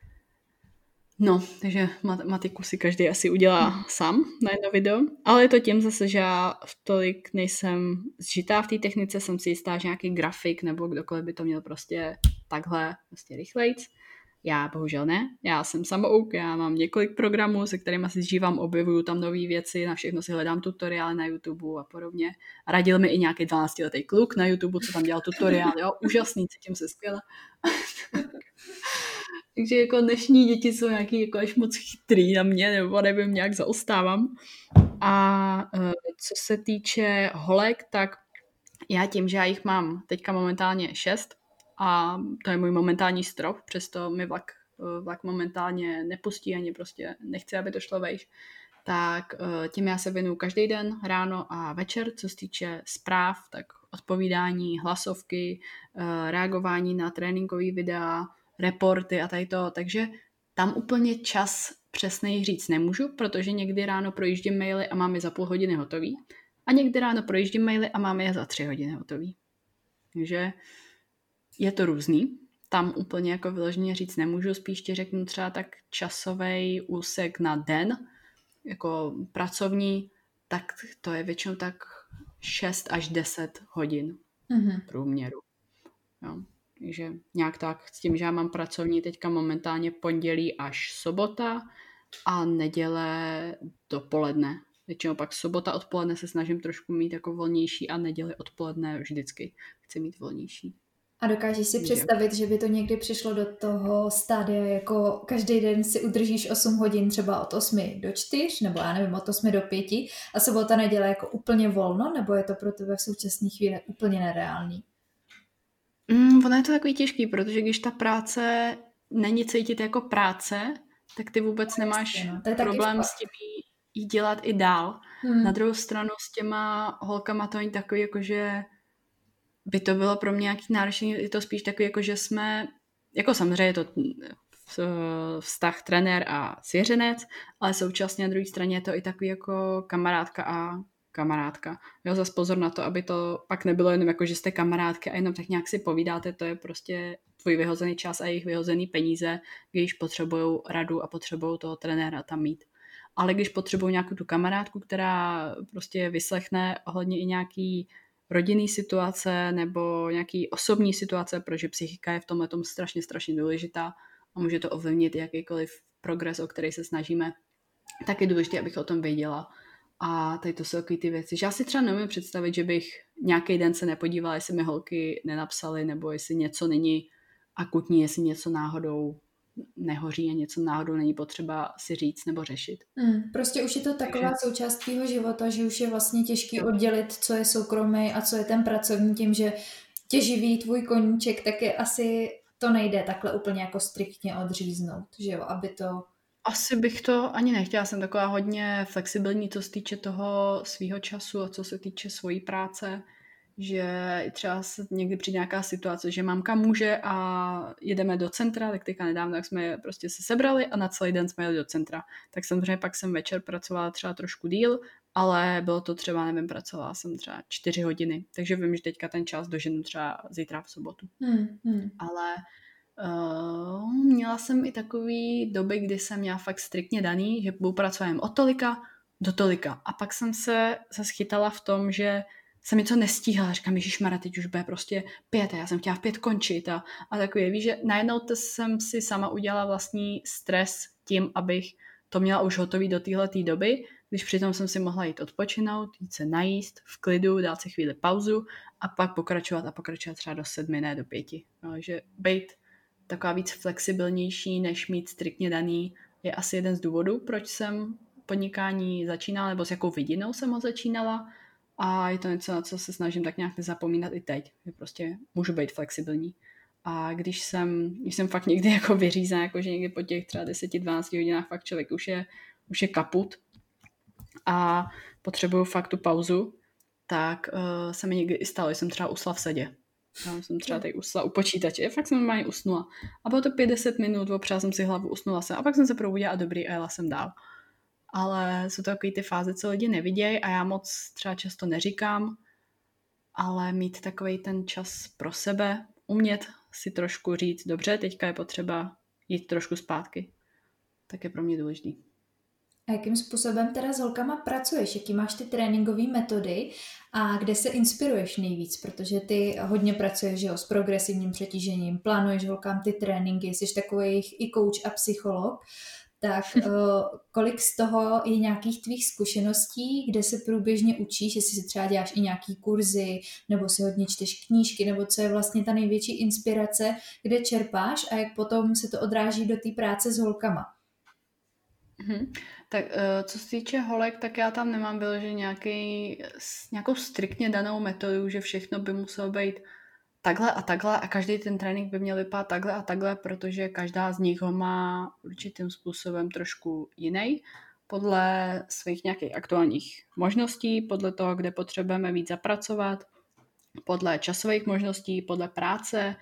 No, takže matiku si každý asi udělá hmm. sám na jedno video, ale je to tím zase, že já v tolik nejsem zžitá v té technice, jsem si jistá, že nějaký grafik nebo kdokoliv by to měl prostě takhle, prostě rychlejc. Já bohužel ne, já jsem samouk, já mám několik programů, se kterými si žívám, objevuju tam nové věci, na všechno si hledám tutoriály na YouTube a podobně. A radil mi i nějaký dvanáctiletý kluk na YouTube, co tam dělal tutoriál, jo, úžasný, cítím se skvěle. Takže jako dnešní děti jsou nějaký jako až moc chytrý na mě, nebo nevím, nějak zaostávám. A co se týče holek, tak já tím, že já jich mám teďka momentálně šest, a to je můj momentální strop, přesto mi vlak, vlak momentálně nepustí, ani prostě nechci, aby to šlo vejš. Tak tím já se věnuju každý den, ráno a večer, co se týče zpráv, tak odpovídání, hlasovky, reagování na tréninkový videa, reporty a tady to, takže tam úplně čas přesnej říct nemůžu, protože někdy ráno projíždím maily a mám je za půl hodiny hotový a někdy ráno projíždím maily a mám je za tři hodiny hotový. Takže je to různý. Tam úplně jako vyloženě říct nemůžu, spíš ti řeknu třeba tak časový úsek na den, jako pracovní, tak to je většinou tak šest až deset hodin mm-hmm. průměru. Jo. Takže nějak tak s tím, že já mám pracovní teďka momentálně pondělí až sobota a neděle dopoledne. Většinou pak sobota odpoledne se snažím trošku mít jako volnější a neděli odpoledne vždycky chci mít volnější. A dokážeš si představit, že by to někdy přišlo do toho stádia, jako každý den si udržíš osm hodin třeba od osmi do čtyř, nebo já nevím, od osmi do pěti a sobota neděle jako úplně volno, nebo je to pro tebe v současné chvíli úplně nereálný? Mm, ono je to takový těžký, protože když ta práce není cítit jako práce, tak ty vůbec no, nemáš no, problém s tím jí dělat i dál. Hmm. Na druhou stranu s těma holkama to není takový, jakože by to bylo pro mě nějaký náročný, je to spíš takový, jako že jsme, jako samozřejmě je to vztah trenér a svěřenec, ale současně na druhé straně je to i takový jako kamarádka a kamarádka. Jo, zas pozor na to, aby to pak nebylo jenom jako, že jste kamarádky a jenom tak nějak si povídáte, to je prostě tvůj vyhozený čas a jejich vyhozený peníze, když potřebujou radu a potřebují toho trenéra tam mít. ale když potřebuji nějakou tu kamarádku, která prostě vyslechne ohledně i nějaký rodinný situace nebo nějaký osobní situace, protože psychika je v tomhletom strašně, strašně důležitá a může to ovlivnit jakýkoliv progres, o který se snažíme, tak je důležité, abych o tom věděla. A tady to jsou takový ty věci, že já si třeba neumím představit, že bych nějaký den se nepodívala, jestli mi holky nenapsaly, nebo jestli něco není akutní, jestli něco náhodou nehoří a něco náhodou není potřeba si říct nebo řešit. Hmm, prostě už je to taková Takže... součást tvýho života, že už je vlastně těžký oddělit, co je soukromý a co je ten pracovní, tím, že tě živí tvůj koníček, tak je asi to nejde takhle úplně jako striktně odříznout, že jo, aby to... Asi bych to ani nechtěla, jsem taková hodně flexibilní, co se týče toho svýho času a co se týče svojí práce, že třeba se někdy přijde nějaká situace, že mamka může a jedeme do centra, tak teďka nedávno tak jsme prostě se sebrali a na celý den jsme jeli do centra. Tak samozřejmě pak jsem večer pracovala třeba trošku díl, ale bylo to třeba, nevím, pracovala jsem třeba čtyři hodiny, takže vím, že teďka ten čas doženu třeba zítra v sobotu. Hmm, hmm. Ale uh, měla jsem i takový doby, kdy jsem měla fakt striktně daný, že budu pracovat jen od tolika do tolika. A pak jsem se zaschytala v tom, že jsem něco nestíhala, říkám, ježišmarja, teď už bude prostě pět a já jsem chtěla v pět končit a, a takový, víš, že najednou to jsem si sama udělala vlastní stres tím, abych to měla už hotový do téhletý doby, když přitom jsem si mohla jít odpočinout, jít se najíst v klidu, dát si chvíli pauzu a pak pokračovat a pokračovat třeba do sedmi, ne do pěti. No, že být taková víc flexibilnější, než mít striktně daný, je asi jeden z důvodů, proč jsem podnikání začínala, nebo s jakou vidinou jsem ho začínala. A je to něco, na co se snažím tak nějak nezapomínat i teď, že prostě můžu být flexibilní. A když jsem, když jsem fakt někdy jako vyřízená, jako že někdy po těch třeba deset dvanáct hodinách fakt člověk už je, už je kaput a potřebuju fakt tu pauzu, tak uh, se mi někdy i stalo, že jsem třeba usla v sedě. Já jsem třeba tady usla u počítače, fakt jsem normálně usnula. A bylo to pět deset minut, opřela jsem si hlavu, usnula jsem a pak jsem se probudila a dobrý a jela jsem dál. Ale jsou to takový ty fáze, co lidi nevidějí a já moc třeba často neříkám, ale mít takový ten čas pro sebe, umět si trošku říct, dobře, teďka je potřeba jít trošku zpátky, tak je pro mě důležitý. A jakým způsobem teda s holkama pracuješ? Jaký máš ty tréninkové metody a kde se inspiruješ nejvíc? Protože ty hodně pracuješ, že jo, s progresivním přetížením, plánuješ holkám ty tréninky, jsi takový i coach a psycholog. Tak kolik z toho je nějakých tvých zkušeností, kde se průběžně učíš, jestli si třeba děláš i nějaký kurzy, nebo si hodně čteš knížky, nebo co je vlastně ta největší inspirace, kde čerpáš a jak potom se to odráží do té práce s holkama? Mhm. Tak co se týče holek, tak já tam nemám vyložený nějaký, nějakou striktně danou metodu, že všechno by muselo být takhle a takhle a každý ten trénink by měl vypadat takhle a takhle, protože každá z nich ho má určitým způsobem trošku jiný, podle svých nějakých aktuálních možností, podle toho, kde potřebujeme víc zapracovat, podle časových možností, podle práce.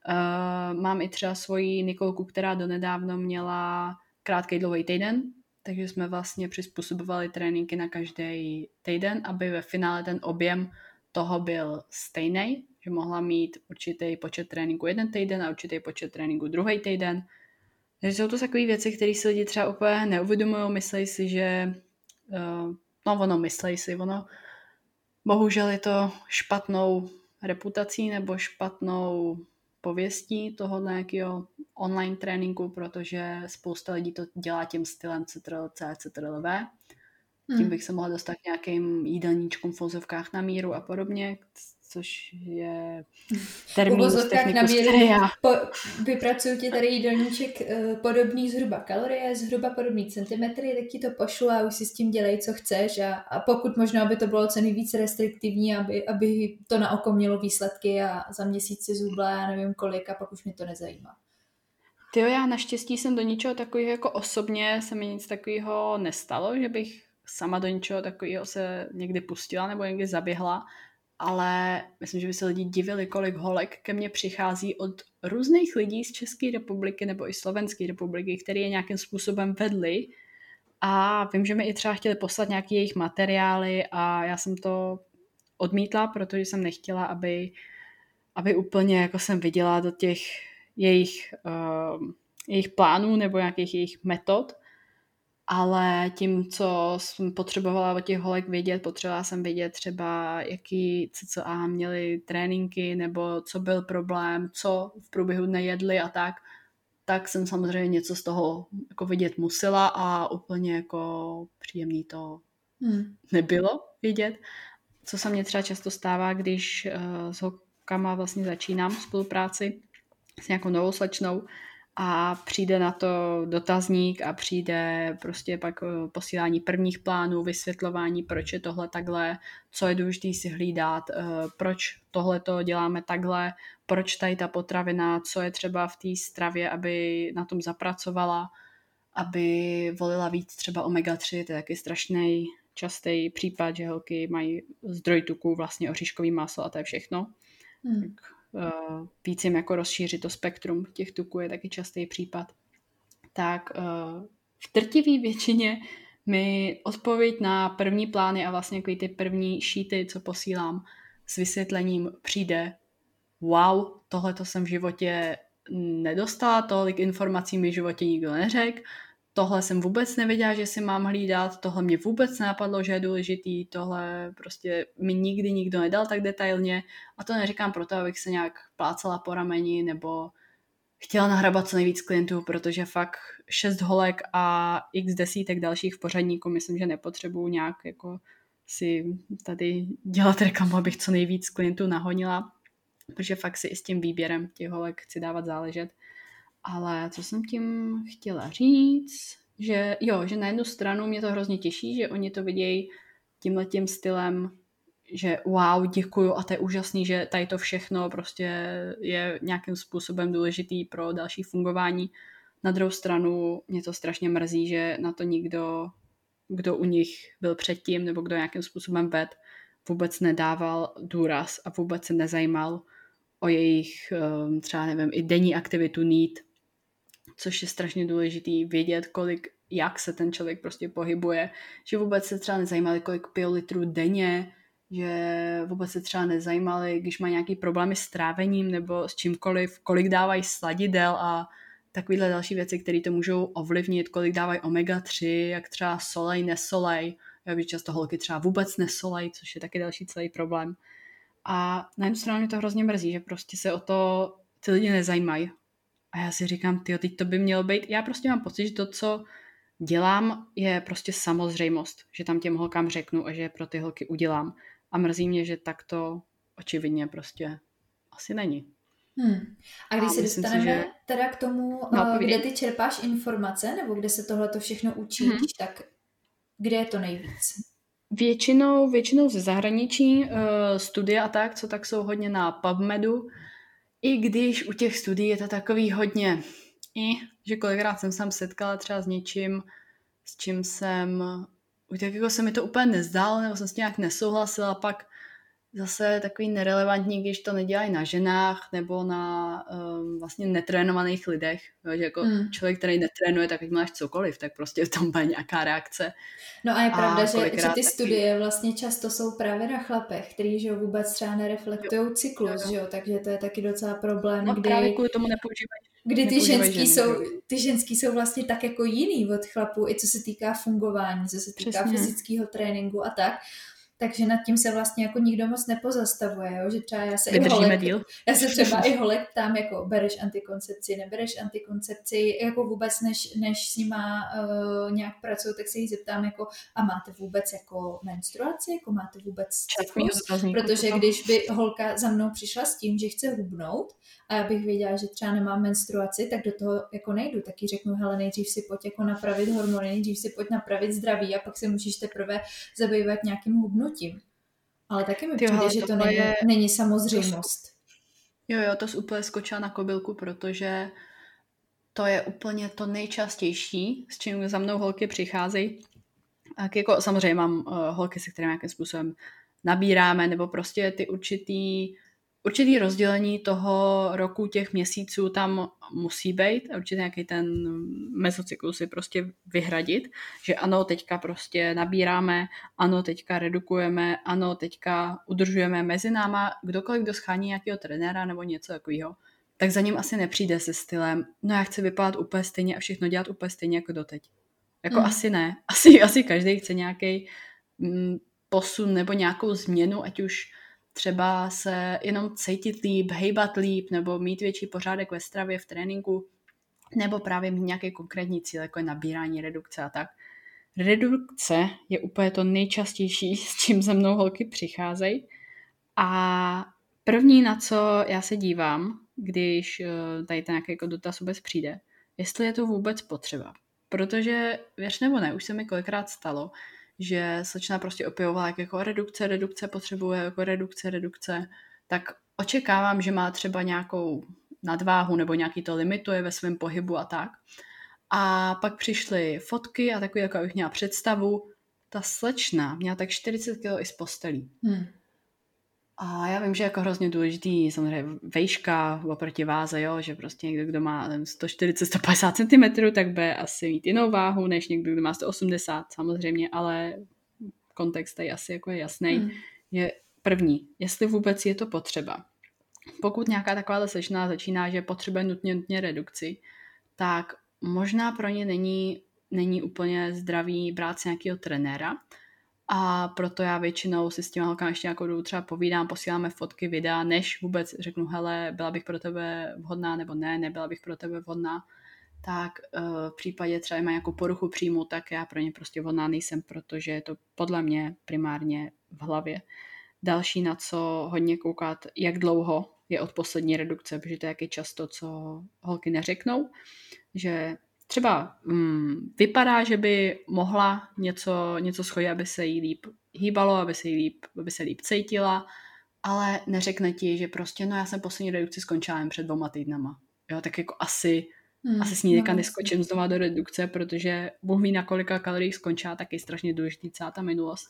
Uh, mám i třeba svoji Nikolku, která donedávno měla krátký dlouhý týden, takže jsme vlastně přizpůsobovali tréninky na každý týden, aby ve finále ten objem toho byl stejný, že mohla mít určitý počet tréninku jeden týden a určitý počet tréninku druhý týden. Takže jsou to takové věci, které si lidi třeba úplně neuvědomují, myslí si, že uh, no ono myslí si, ono bohužel je to špatnou reputací nebo špatnou pověstí toho nějakého online tréninku, protože spousta lidí to dělá tím stylem ctrl C, ctrl V. Tím bych se mohla dostat k nějakým jídelníčkům v vozovkách na míru a podobně, což je termín z technikus, který já... Po, vypracuju ti tady jídelníček uh, podobný zhruba kalorie, zhruba podobný centimetry, tak ti to pošlu a už si s tím dělej, co chceš a, a pokud možná, aby to bylo co nejvíc restriktivní, aby, aby to na oko mělo výsledky a za měsíc si zhubla, já nevím kolik a pak už mě to nezajímá. Tyjo, já naštěstí jsem do ničeho takového jako osobně se mi nic takového nestalo, že bych sama do ničeho takového se někdy pustila nebo někdy zaběhla, ale myslím, že by se lidi divili, kolik holek ke mně přichází od různých lidí z České republiky nebo i Slovenské republiky, které je nějakým způsobem vedli a vím, že mi i třeba chtěli poslat nějaké jejich materiály a já jsem to odmítla, protože jsem nechtěla, aby, aby úplně jako jsem viděla do těch jejich, uh, jejich plánů nebo nějakých jejich metod. ale tím, co jsem potřebovala od těch holek vědět, potřebovala jsem vědět třeba, jaký C C A měli tréninky, nebo co byl problém, co v průběhu dne jedli a tak, tak jsem samozřejmě něco z toho jako vidět musela a úplně jako příjemný to hmm. nebylo vidět. Co se mně třeba často stává, když uh, s holkama vlastně začínám spolupráci s nějakou novou slečnou a přijde na to dotazník a přijde prostě pak posílání prvních plánů, vysvětlování, proč je tohle takhle, co je důležité si hlídat, proč tohle to děláme takhle, proč tady ta potravina, co je třeba v té stravě, aby na tom zapracovala, aby volila víc třeba omega tři, to je taky strašný častý případ, že holky mají zdroj tuků, vlastně oříškový maso a to je všechno. Hmm. Tak, uh, víc jim jako rozšířit to spektrum těch tuků je taky častý případ. Tak uh, v drtivé většině mi odpověď na první plány a vlastně jako ty první šíty, co posílám s vysvětlením, přijde wow, tohle to jsem v životě nedostala, tolik informací mi v životě nikdo neřekl, tohle jsem vůbec nevěděla, že si mám hlídat, tohle mě vůbec nenapadlo, že je důležitý, tohle prostě mi nikdy nikdo nedal tak detailně a to neříkám proto, abych se nějak plácala po rameni nebo chtěla nahrabat co nejvíc klientů, protože fakt šest holek a x desítek dalších v pořadníku myslím, že nepotřebuju nějak jako si tady dělat reklamu, abych co nejvíc klientů nahonila, protože fakt si i s tím výběrem těch holek chci dávat záležet. Ale co jsem tím chtěla říct, že jo, že na jednu stranu mě to hrozně těší, že oni to vidějí tímhletím stylem, že wow, děkuju a to je úžasný, že tady to všechno prostě je nějakým způsobem důležitý pro další fungování. Na druhou stranu mě to strašně mrzí, že na to nikdo, kdo u nich byl předtím nebo kdo nějakým způsobem ved, vůbec nedával důraz a vůbec se nezajímal o jejich třeba nevím, i denní aktivitu nít, což je strašně důležitý vědět, kolik, jak se ten člověk prostě pohybuje, že vůbec se třeba nezajímali, kolik pijou litrů denně, že vůbec se třeba nezajímali, když má nějaký problémy s trávením nebo s čímkoliv, kolik dávají sladidel a takovéhle další věci, které to můžou ovlivnit, kolik dávají omega tři, jak třeba solej, nesolej. Já víš, často holky třeba vůbec nesolej, což je taky další celý problém. A na jednu stranu mě to hrozně mrzí, že prostě se o to ty lidi nezajímají. A já si říkám, tyjo, teď to by mělo být. Já prostě mám pocit, že to, co dělám, je prostě samozřejmost. Že tam těm holkám řeknu a že pro ty holky udělám. A mrzí mě, že tak to očividně prostě asi není. Hmm. A když a se dostaneme si, že... teda k tomu, no, kde ty čerpáš informace, nebo kde se tohleto všechno učíš, hmm. tak kde je to nejvíc? Většinou, většinou ze zahraničí uh, studia a tak, co tak jsou hodně na PubMedu, i když u těch studií je to takový hodně, i, že kolikrát jsem se setkala třeba s něčím, s čím jsem, tak jako se mi to úplně nezdálo, nebo jsem s tím nějak nesouhlasila, pak zase takový nerelevantní, když to nedělají na ženách nebo na um, vlastně netrénovaných lidech. Jo, že jako mm. člověk, který netrénuje, tak když máš cokoliv, tak prostě v tom bude nějaká reakce. No a je pravda, a že, že ty studie taky... vlastně často jsou právě na chlapech, který že vůbec třeba nereflektují cyklus, jo. Že jo, takže to je taky docela problém, no, kdy... právě kvůli tomu nepoužívají. Kdy ty ženský, ženy, jsou, ty ženský jsou vlastně tak jako jiný od chlapů, i co se týká fungování, co se týká Přesně. fyzického tréninku a tak. Takže nad tím se vlastně jako nikdo moc nepozastavuje, jo? Že třeba já se, i holek, já se třeba i holek ptám, jako bereš antikoncepci, nebereš antikoncepci, jako vůbec než, než s nima uh, nějak pracuju, tak se jí zeptám, jako a máte vůbec jako menstruaci, jako máte vůbec cyklus, protože když by holka za mnou přišla s tím, že chce hubnout a já bych věděla, že třeba nemám menstruaci, tak do toho jako nejdu, tak jí řeknu, hele, nejdřív si pojď jako napravit hormony, nejdřív si pojď napravit zdraví a pak se můžeš teprve zabývat nějakým hubnutím. Tím. Ale taky mi přijde, jo, že to není, je... není samozřejmost. Jo, jo, to jsi úplně skočila na kobylku, protože to je úplně to nejčastější, s čím za mnou holky přicházejí. Tak jako samozřejmě mám uh, holky, se kterými nějakým způsobem nabíráme, nebo prostě ty určitý, určitý rozdělení toho roku, těch měsíců tam musí být a určitě nějaký ten mezocyklus si prostě vyhradit, že ano, teďka prostě nabíráme, ano, teďka redukujeme, ano, teďka udržujeme mezi náma, kdokoliv, kdo schání nějakého trenéra nebo něco takového, tak za ním asi nepřijde se stylem, no já chci vypadat úplně stejně a všechno dělat úplně stejně jako doteď. Jako mm. asi ne. Asi, asi každý chce nějaký mm, posun nebo nějakou změnu, ať už třeba se jenom cítit líp, hejbat líp, nebo mít větší pořádek ve stravě, v tréninku, nebo právě mít nějaký konkrétní cíl, jako je nabírání, redukce a tak. Redukce je úplně to nejčastější, s čím se mnou holky přicházejí. A první, na co já se dívám, když tady ten nějaký jako dotaz vůbec přijde, jestli je to vůbec potřeba. Protože, věř nebo ne, už se mi kolikrát stalo, že slečna prostě opěvovala jako redukce, redukce, potřebuje jako redukce, redukce, tak očekávám, že má třeba nějakou nadváhu nebo nějaký to limituje ve svém pohybu a tak. A pak přišly fotky a takový, jako abych měla představu, ta slečna měla tak čtyřicet kilo i z postelí. Hmm. A já vím, že jako hrozně důležitý samozřejmě vejška oproti váze, jo, že prostě někdo, kdo má sto čtyřicet až sto padesát centimetrů, tak bude asi mít jinou váhu, než někdo, kdo má sto osmdesát samozřejmě, ale kontext tady asi jako je jasný. Hmm. Je první, jestli vůbec je to potřeba. Pokud nějaká taková slečna začíná, že potřebuje nutně, nutně redukci, tak možná pro ně není, není úplně zdravý brát si nějakého trenéra. A proto já většinou si s těma holkama ještě nějakou dobu třeba povídám, posíláme fotky, videa, než vůbec řeknu, hele, byla bych pro tebe vhodná, nebo ne, nebyla bych pro tebe vhodná, tak uh, v případě třeba má nějakou poruchu příjmu, tak já pro ně prostě vhodná nejsem, protože je to podle mě primárně v hlavě. Další, na co hodně koukat, jak dlouho je od poslední redukce, protože to je jaký často, co holky neřeknou, že třeba mm, vypadá, že by mohla něco, něco schodit, aby se jí líp hýbalo, aby se jí líp, aby se líp cítila, ale neřekne ti, že prostě, no já jsem poslední redukci skončila jen před dvěma týdnama. Jo, tak jako asi, hmm, asi s ní teďka neskočím znova do redukce, protože Bůh ví, na kolika kalorií skončila, tak je strašně důležitý celá ta minulost.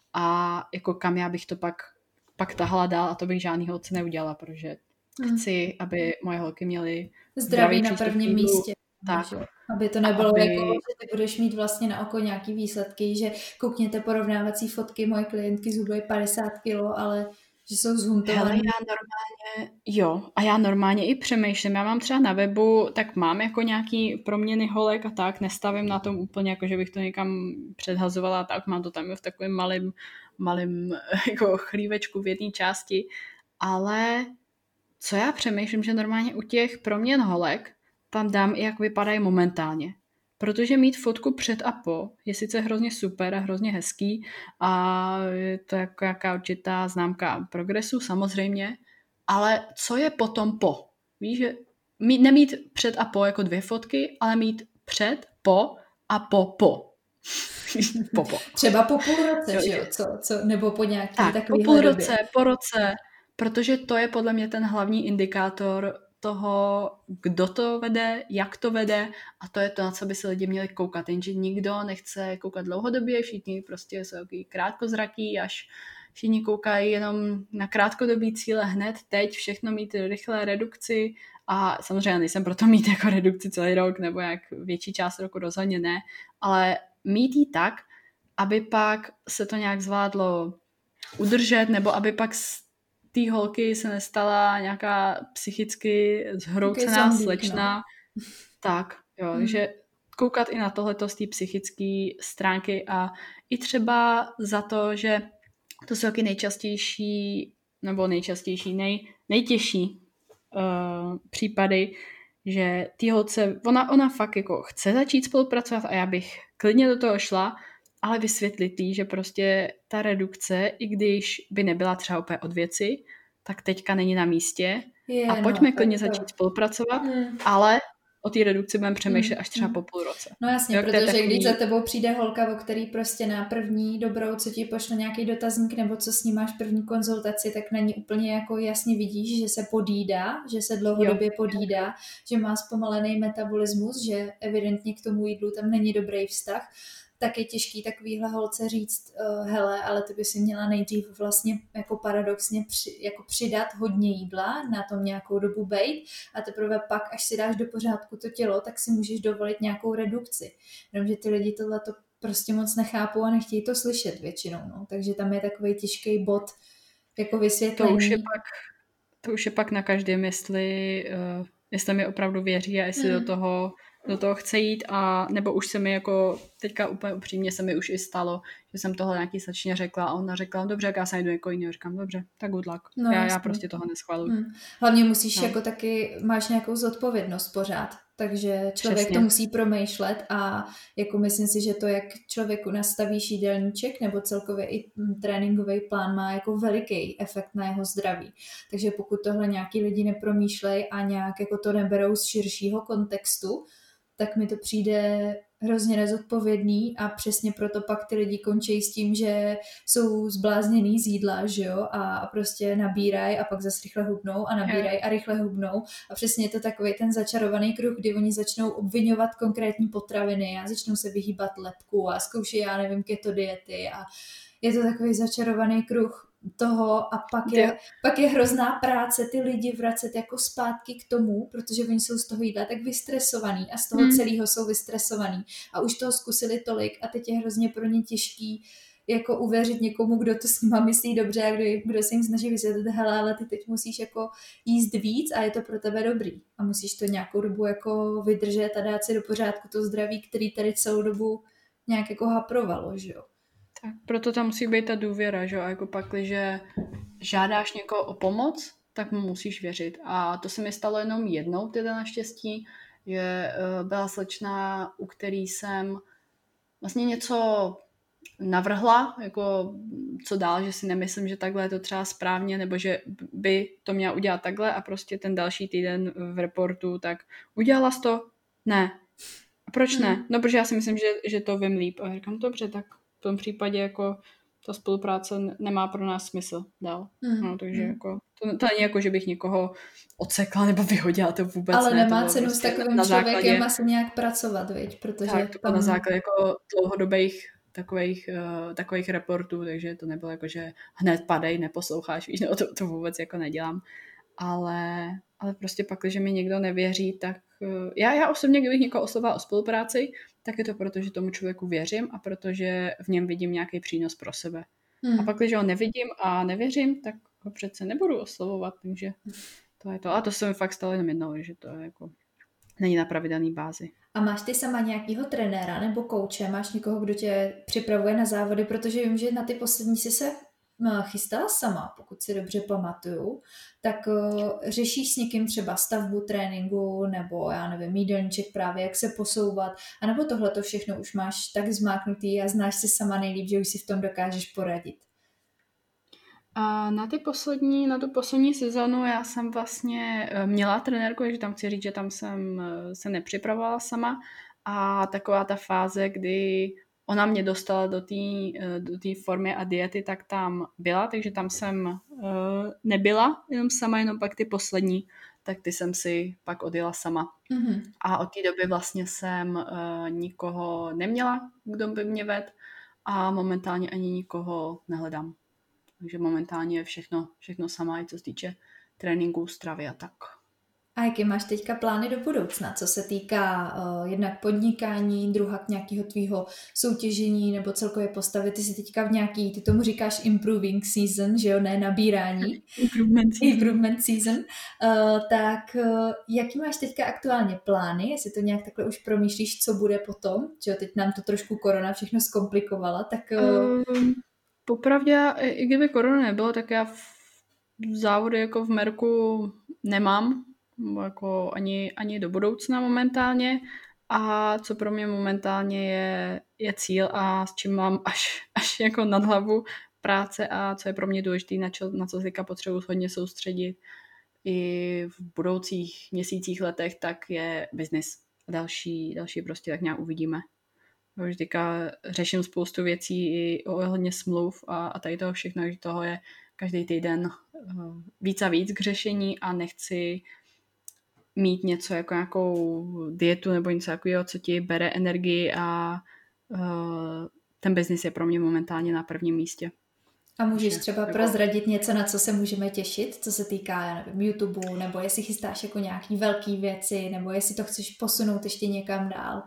A jako kam já bych to pak, pak tahala dál a to bych žádný holce neudělala, protože hmm. chci, aby moje holky měly zdraví na prvním místě. Tak, aby to nebylo aby... jako, že ty budeš mít vlastně na oko nějaký výsledky, že koukněte porovnávací fotky, moje klientky zubají padesát kilo, ale že jsou zhuntované. Hele, já normálně, jo, a já normálně i přemýšlím, já mám třeba na webu, tak mám jako nějaký proměny holek a tak, nestavím na tom úplně, jako že bych to někam předhazovala, tak mám to tam v takovém malém, malém jako chlívečku v jedné části, ale co já přemýšlím, že normálně u těch proměn holek tam dám i jak vypadají momentálně. Protože mít fotku před a po je sice hrozně super a hrozně hezký a je to jako jaká určitá známka progresu samozřejmě, ale co je potom po? Víš, že mít, nemít před a po jako dvě fotky, ale mít před, po a po, po. po, po. Třeba po půl roce, že jo? Co, co, nebo po nějaký tak, takový po půl roce, po roce, protože to je podle mě ten hlavní indikátor toho, kdo to vede, jak to vede a to je to, na co by se lidi měli koukat. Jenže nikdo nechce koukat dlouhodobě, všichni prostě jsou takový krátkozraký, až všichni koukají jenom na krátkodobý cíle hned, teď všechno mít rychlé redukci a samozřejmě nejsem proto mít jako redukci celý rok nebo jak větší část roku rozhodně ne, ale mít ji tak, aby pak se to nějak zvládlo udržet nebo aby pak té holky se nestala nějaká psychicky zhroucená slečna. No. Tak, jo, hmm. že koukat i na tohleto z té psychické stránky a i třeba za to, že to jsou taky nejčastější, nebo nejčastější, nej, nejtěžší uh, případy, že ty holce, ona, ona fakt jako chce začít spolupracovat a já bych klidně do toho šla, ale vysvětlit jí, že prostě ta redukce, i když by nebyla třeba úplně od věci, tak teďka není na místě je, a pojďme no, klidně to... začít spolupracovat, hmm. ale o té redukci budeme přemýšlet až třeba po půl roce. No jasně, jo, protože takový... když za tebou přijde holka, o který prostě na první dobrou, co ti pošle nějaký dotazník, nebo co s ní máš první konzultaci, tak na ní úplně jako jasně vidíš, že se podídá, že se dlouhodobě jo. podídá, že má zpomalený metabolismus, že evidentně k tomu jídlu tam není dobrý vztah, tak je těžký takovýhle holce říct, uh, hele, ale ty by si měla nejdřív vlastně jako paradoxně při, jako přidat hodně jídla, na tom nějakou dobu bejt a teprve pak, až si dáš do pořádku to tělo, tak si můžeš dovolit nějakou redukci. Jenomže ty lidi tohleto prostě moc nechápou a nechtějí to slyšet většinou, no. Takže tam je takový těžký bod jako vysvětlení. To už je pak, to už je pak na každém, jestli, uh, jestli mi opravdu věří a jestli hmm. do toho do toho chce jít, a nebo už se mi jako, teďka úplně upřímně se mi už i stalo, že jsem tohle nějaký slečně řekla a ona řekla, dobře, jak já se najdu někoho jiného, říkám, dobře, tak good luck. No, já, já prostě toho neschvaluji. Hmm. Hlavně musíš no. jako taky, máš nějakou zodpovědnost pořád, takže člověk Přesně. to musí promýšlet a jako myslím si, že to, jak člověku nastavíš jídelníček nebo celkově i tréninkový plán má jako veliký efekt na jeho zdraví. Takže pokud tohle nějaký lidi nepromýšlej a nějak jako to neberou z širšího kontextu, tak mi to přijde hrozně nezodpovědný a přesně proto pak ty lidi končí s tím, že jsou zblázněný z jídla, že jo, a prostě nabírají a pak zase rychle hubnou a nabírají a rychle hubnou a přesně je to takový ten začarovaný kruh, kdy oni začnou obvinovat konkrétní potraviny a začnou se vyhýbat lepku a zkouší, já nevím, keto diety a je to takový začarovaný kruh toho a pak je, pak je hrozná práce ty lidi vracet jako zpátky k tomu, protože oni jsou z toho jídla tak vystresovaný a z toho hmm. celého jsou vystresovaný a už toho zkusili tolik a teď je hrozně pro ně těžký jako uvěřit někomu, kdo to s nima myslí dobře a kdo, kdo se jim snaží vysvětlit, hele, ale ty teď musíš jako jíst víc a je to pro tebe dobrý a musíš to nějakou dobu jako vydržet a dát si do pořádku to zdraví, který tady celou dobu nějak jako haprovalo, že jo. Tak proto tam musí být ta důvěra, že jo, a jako pak, když žádáš někoho o pomoc, tak mu musíš věřit. A to se mi stalo jenom jednou, teda naštěstí, že byla slečna, u který jsem vlastně něco navrhla, jako co dál, že si nemyslím, že takhle je to třeba správně, nebo že by to měla udělat takhle a prostě ten další týden v reportu, tak udělala jsi to? Ne. A proč hmm. ne? No, protože já si myslím, že, že to vím líp. A říkám, dobře, tak v tom případě jako ta spolupráce nemá pro nás smysl dál. Mm. No, takže mm. jako, to, to není jako, že bych někoho odsekla nebo vyhodila, to vůbec ale ne. Ale nemá cenu prostě s takovým člověkem základě, asi nějak pracovat, viď? Protože tak, to tam... na základě jako dlouhodobých takových, uh, takových reportů, takže to nebylo jako, že hned padej, neposloucháš, víš, no, to, to vůbec jako nedělám. Ale, ale prostě pak, když mi někdo nevěří, tak uh, já, já osobně, kdybych někoho oslovovala o spolupráci, tak je to proto, že tomu člověku věřím a protože v něm vidím nějaký přínos pro sebe. Hmm. A pak, když ho nevidím a nevěřím, tak ho přece nebudu oslovovat, takže to je to. A to se mi fakt stalo jenom jednou, že to je jako není na pravidelné bázi. A máš ty sama nějakýho trenéra nebo kouče? Máš někoho, kdo tě připravuje na závody? Protože vím, že na ty poslední si se chystala sama, pokud si dobře pamatuju, tak uh, řešíš s někým třeba stavbu tréninku nebo já nevím, jídelníček právě, jak se posouvat, anebo tohle to všechno už máš tak zmáknutý a znáš si sama nejlíp, že už si v tom dokážeš poradit. A na ty poslední, na tu poslední sezonu já jsem vlastně měla trenérku, takže tam chci říct, že tam jsem se nepřipravovala sama a taková ta fáze, kdy ona mě dostala do té do té formy a diety, tak tam byla, takže tam jsem uh, nebyla jenom sama, jenom pak ty poslední, tak ty jsem si pak odjela sama. Mm-hmm. A od té doby vlastně jsem uh, nikoho neměla, kdo by mě vedl a momentálně ani nikoho nehledám. Takže momentálně je všechno, všechno sama, i co se týče tréninku, stravy a tak. A jaké máš teďka plány do budoucna, co se týká uh, jednak podnikání, druhá nějakého tvýho soutěžení nebo celkově postavy? Ty jsi teďka v nějaký, ty tomu říkáš improving season, že jo, ne nabírání. Improvement season. Improvement season. Uh, tak uh, jaký máš teďka aktuálně plány? Jestli to nějak takhle už promýšlíš, co bude potom? Že jo, teď nám to trošku korona všechno zkomplikovala, tak... Uh... Um, popravdě, i kdyby korona nebylo, tak já v závody jako v Merku nemám. Jako ani, ani do budoucna momentálně a co pro mě momentálně je, je cíl a s čím mám až, až jako nad hlavu práce a co je pro mě důležité, na, čo, na co teďka potřebuji hodně soustředit i v budoucích měsících, letech, tak je biznis. Další, další prostě tak nějak uvidíme. Už teďka řeším spoustu věcí i ohledně smluv a, a tady toho všechno, že toho je každý týden víc a víc k řešení a nechci mít něco jako nějakou dietu nebo něco takového, co ti bere energii a uh, ten biznis je pro mě momentálně na prvním místě. A můžeš třeba jako... prozradit něco, na co se můžeme těšit, co se týká, já nevím, YouTube, nebo jestli chystáš jako nějaký velký věci, nebo jestli to chceš posunout ještě někam dál?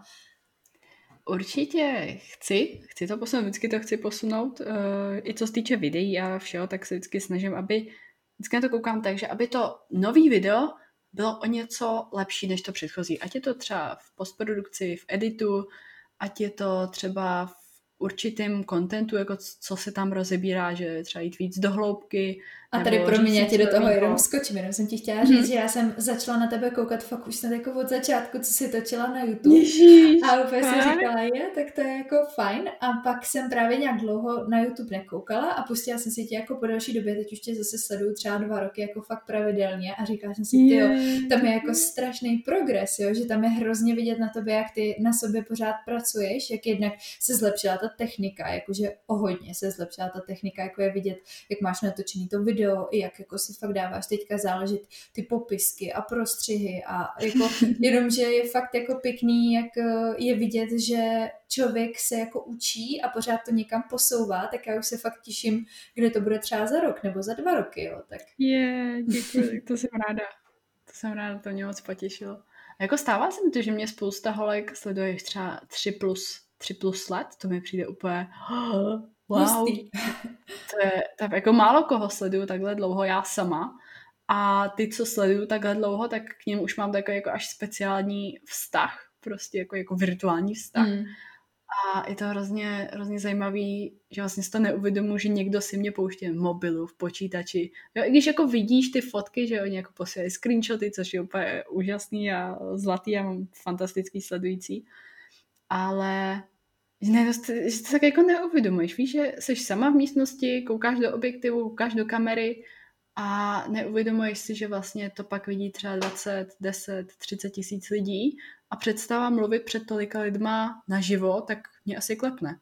Určitě chci, chci to posunout, vždycky to chci posunout. Uh, I co se týče videí a všeho, tak se vždycky snažím, aby, vždycky na to koukám tak, že aby to nový video bylo o něco lepší než to předchozí. Ať je to třeba v postprodukci, v editu, ať je to třeba v určitým kontentu, jako co se tam rozebírá, že třeba jít víc do hloubky. A tady pro mě, já ti do toho jenom skočím, jenom jsem ti chtěla říct, hmm. že já jsem začala na tebe koukat fakt už snad jako od začátku, co jsi točila na YouTube. Ježíš, a úplně jsem říkala, je, tak to je jako fajn. A pak jsem právě nějak dlouho na YouTube nekoukala a pustila jsem si tě jako po další době, teď už tě zase sleduju třeba dva roky jako fakt pravidelně a říkala jsem si, tyjo, tam je jako strašný progres, jo, že tam je hrozně vidět na tobě, jak ty na sobě pořád pracuješ, jak jednak se zlepšila ta technika, jakože o hodně se zlepšila ta technika, jako je vidět, jak máš natočený to video, i jak jako si fakt dáváš teďka záležit ty popisky a prostřihy a jako jenom, že je fakt jako pěkný, jak je vidět, že člověk se jako učí a pořád to někam posouvá, tak já už se fakt těším, kde to bude třeba za rok nebo za dva roky, jo, tak. Je, yeah, děkuji, to jsem ráda. To jsem ráda, to mě moc potěšilo. A jako stává se mi to, že mě spousta holek sleduje třeba tři plus, tři plus let, to mi přijde úplně wow. To je, to je jako málo koho sleduju takhle dlouho, já sama. A ty, co sleduju takhle dlouho, tak k němu už mám takový jako až speciální vztah, prostě jako, jako virtuální vztah. Mm. A je to hrozně, hrozně zajímavý, že vlastně si to neuvědomuji, že někdo si mě pouští v mobilu, v počítači. Jo, i když jako vidíš ty fotky, že oni jako posílají screenshoty, což je úplně úžasný a zlatý a mám fantastický sledující. Ale ne, že to tak jako neuvědomuješ. Víš, že jsi sama v místnosti, koukáš do objektivu, koukáš do kamery a neuvědomuješ si, že vlastně to pak vidí třeba dvacet, deset, třicet tisíc lidí a představa mluvit před tolika lidma naživo, tak mě asi klepne.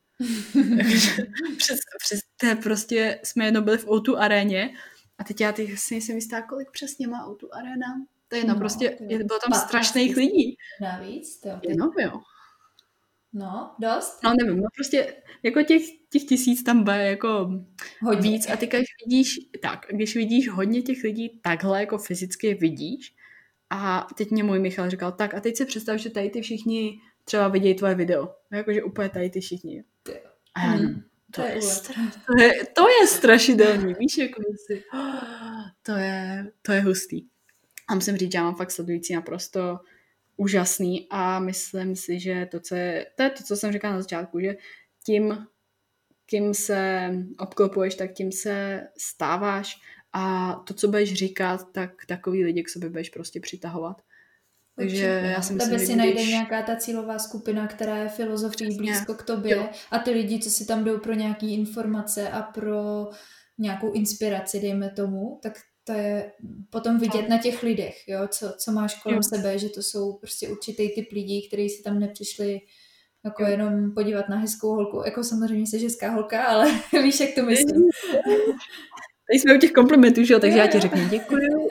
přes, přes, to prostě jsme jednou byli v ó dva aréně a teď já teď si nejsem jistá, kolik přesně má ó dva aréna. To je no, no prostě, je, bylo tam strašných lidí. Navíc? To no, jo. No, dost? No nevím, no prostě jako těch, těch tisíc tam bude jako hodně. Víc a ty když vidíš, tak, když vidíš hodně těch lidí takhle jako fyzicky vidíš a teď mě můj Michal říkal, tak a teď si představ, že tady ty všichni třeba vidějí tvoje video. Jakože úplně tady ty všichni. A já, hmm, to, to, je stra- to, je, to je strašidelný, víš, jako si, to je, to je hustý. A musím říct, že já mám fakt sledující naprosto úžasný a myslím si, že to, co je, to je to, co jsem říkala na začátku, že tím, kým se obklopuješ, tak tím se stáváš a to, co budeš říkat, tak takový lidi k sobě budeš prostě přitahovat. Takže já si myslím, tebe si najde nějaká ta cílová skupina, která je filozofií blízko k tobě jo. A ty lidi, co si tam jdou pro nějaký informace a pro nějakou inspiraci, dejme tomu, tak to je potom vidět na těch lidech, jo, co, co máš kolem jo. sebe, že to jsou prostě určitý typ lidí, kteří si tam nepřišli jako jo. jenom podívat na hezkou holku. Jako samozřejmě jsi hezká holka, ale víš, jak to myslím. Tady jsme u těch komplimentů, že jo, takže jo, já ti řeknu děkuju.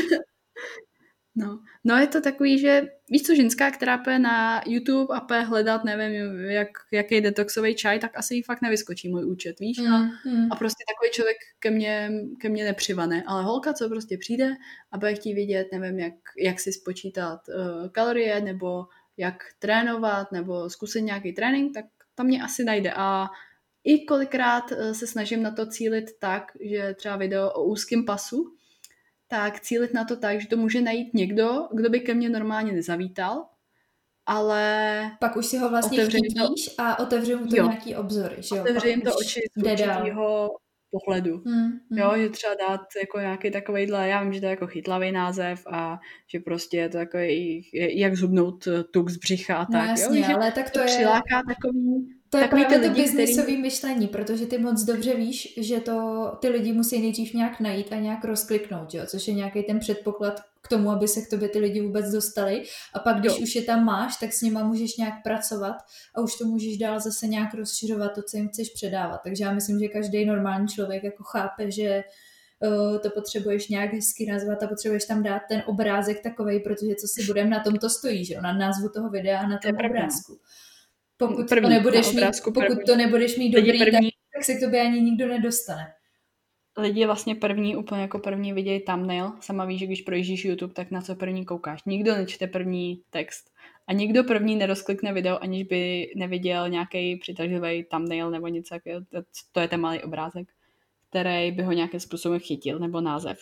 No. no je to takový, že víš co, ženská, která půjde na YouTube a půjde hledat, nevím, jak, jaký detoxový čaj, tak asi jí fakt nevyskočí můj účet, víš? Mm, a, mm. a prostě takový člověk ke mně, ke mně nepřivane. Ale holka, co prostě přijde a bude chtít vědět, nevím, jak, jak si spočítat uh, kalorie, nebo jak trénovat, nebo zkusit nějaký trénink, tak tam mě asi najde. A i kolikrát uh, se snažím na to cílit tak, že třeba video o úzkém pasu, tak cílit na to tak, že to může najít někdo, kdo by ke mně normálně nezavítal, ale... Pak už si ho vlastně chytíš to... a otevře mu to jo. nějaký obzory, že jo? Otevře jim to oči z určitýho pohledu. Hmm, hmm. Jo, že třeba dát jako nějaký takovejhle, já vím, že to je jako chytlavý název a že prostě je to takový, jak zhubnout tuk z břicha a tak. No jasně, jo? ale tak to, to je... přiláká takový... To je právě to biznisový který... myšlení, protože ty moc dobře víš, že to ty lidi musí nejdřív nějak najít a nějak rozkliknout, jo? Což je nějaký ten předpoklad k tomu, aby se k tobě ty lidi vůbec dostali. A pak, když jo. už je tam máš, tak s nima můžeš nějak pracovat a už to můžeš dál zase nějak rozšiřovat to, co jim chceš předávat. Takže já myslím, že každý normální člověk jako chápe, že uh, to potřebuješ nějak hezky nazvat a potřebuješ tam dát ten obrázek takovej, protože co si budem, na tom to stojí, že jo? Na názvu toho videa a na tom obrázku. Pokud, první, to nebudeš mít, pokud to nebudeš mít dobrý, první, tak, tak se k tobě ani nikdo nedostane. Lidi vlastně první, úplně jako první vidějí thumbnail. Sama víš, že když projíždíš YouTube, tak na co první koukáš. Nikdo nečte první text. A nikdo první nerozklikne video, aniž by neviděl nějaký přitažlivý thumbnail nebo něco, to je ten malý obrázek, který by ho nějakým způsobem chytil, nebo název.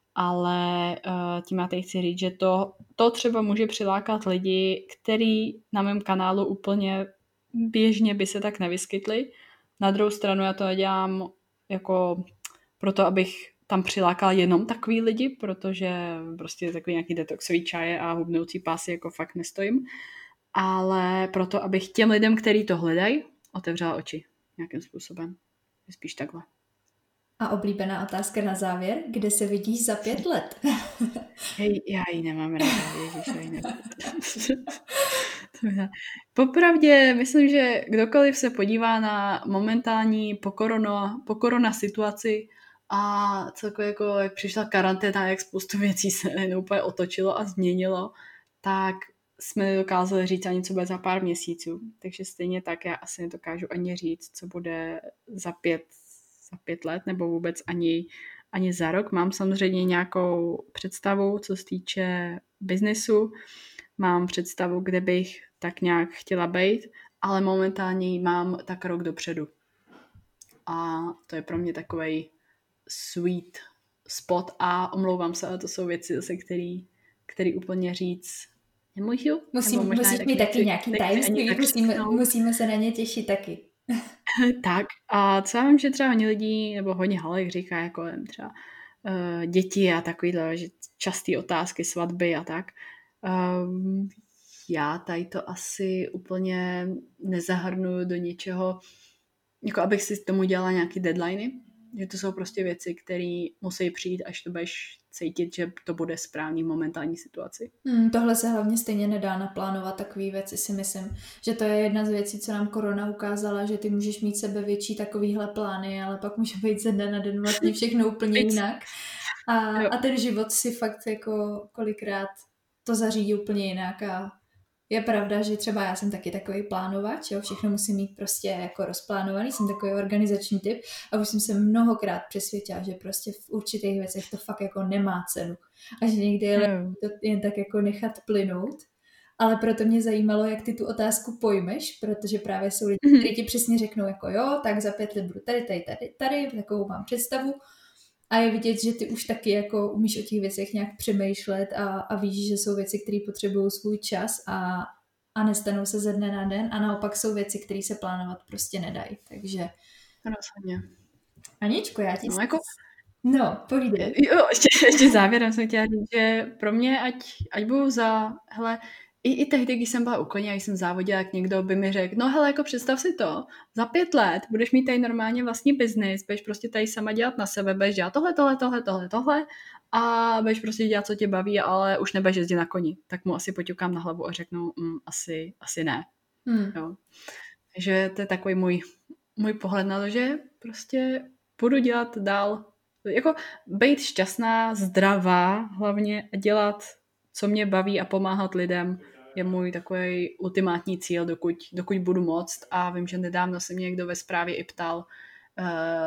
ale uh, tím já teď chci říct, že to, to třeba může přilákat lidi, který na mém kanálu úplně běžně by se tak nevyskytli. Na druhou stranu já to nedělám jako proto, abych tam přilákal jenom takový lidi, protože prostě takový nějaký detoxový čaje a hubnoucí pásy jako fakt nestojím, ale proto, abych těm lidem, který to hledají, otevřela oči nějakým způsobem. Spíš takhle. A oblíbená otázka na závěr, kde se vidíš za pět let? Hej, já ji nemám ráda, ježiš, já ji nemám. Popravdě, myslím, že kdokoliv se podívá na momentální po korona, po korona situaci a celkově jako jak přišla karanténa, jak spoustu věcí se úplně otočilo a změnilo, tak jsme nedokázali říct ani, co bude za pár měsíců. Takže stejně tak já asi nedokážu ani říct, co bude za pět, za pět let, nebo vůbec ani, ani za rok. Mám samozřejmě nějakou představu, co se týče biznesu. Mám představu, kde bych tak nějak chtěla být, ale momentálně ji mám tak rok dopředu. A to je pro mě takovej sweet spot a omlouvám se, ale to jsou věci zase, který, který úplně říct nemůžu. Musím, musíš mít taky nějaký tajemství, musíme, musíme se na ně těšit taky. Tak a co já vím, že třeba hodně lidí, nebo hodně halek říká jako třeba uh, děti a takovýhle, že častý otázky, svatby a tak. Um, já tady to asi úplně nezahrnuju do něčeho, jako abych si tomu dělala nějaký deadliny, že to jsou prostě věci, které musí přijít, až to budeš cítit, že to bude správný v momentální situaci. Hmm, tohle se hlavně stejně nedá naplánovat, takové věci si myslím, že to je jedna z věcí, co nám korona ukázala, že ty můžeš mít sebevětší takovýhle plány, ale pak může být ze dne na den vlastně všechno úplně jinak a, a ten život si fakt jako kolikrát to zařídí úplně jinak a je pravda, že třeba já jsem taky takový plánovač, jo, všechno musím mít prostě jako rozplánovaný, jsem takový organizační typ a už jsem se mnohokrát přesvědčila, že prostě v určitých věcech to fakt jako nemá cenu a že někdy je lepší to jen tak jako nechat plynout, ale proto mě zajímalo, jak ty tu otázku pojmeš, protože právě jsou lidi, kteří ti přesně řeknou jako jo, tak za pět let budu tady, tady, tady, tady, takovou mám představu. A je vidět, že ty už taky jako umíš o těch věcech nějak přemýšlet a, a víš, že jsou věci, které potřebují svůj čas a, a nestanou se ze dne na den a naopak jsou věci, které se plánovat prostě nedají. Takže... Rozhodně. Aničko, já ti... No, jako... no povídej. Jo, ještě, ještě závěrem jsem chtěla říct, že pro mě, ať, ať budu za... Hele, I, i tehdy, když jsem byla u koně a když jsem závodila, jak někdo by mi řekl, no hele, jako představ si to, za pět let budeš mít tady normálně vlastní biznis, budeš prostě tady sama dělat na sebe, budeš dělat tohle, tohle, tohle, tohle, tohle a budeš prostě dělat, co tě baví, ale už nebudeš jezdit na koni. Tak mu asi poťukám na hlavu a řeknu, mm, asi, asi ne. Hmm. Jo. Takže to je takový můj, můj pohled na to, že prostě budu dělat dál, jako být šťastná, zdravá hlavně a dělat, co mě baví a pomáhat lidem, je můj takový ultimátní cíl, dokud, dokud budu moct. A vím, že nedávno se mě někdo ve zprávě i ptal, uh,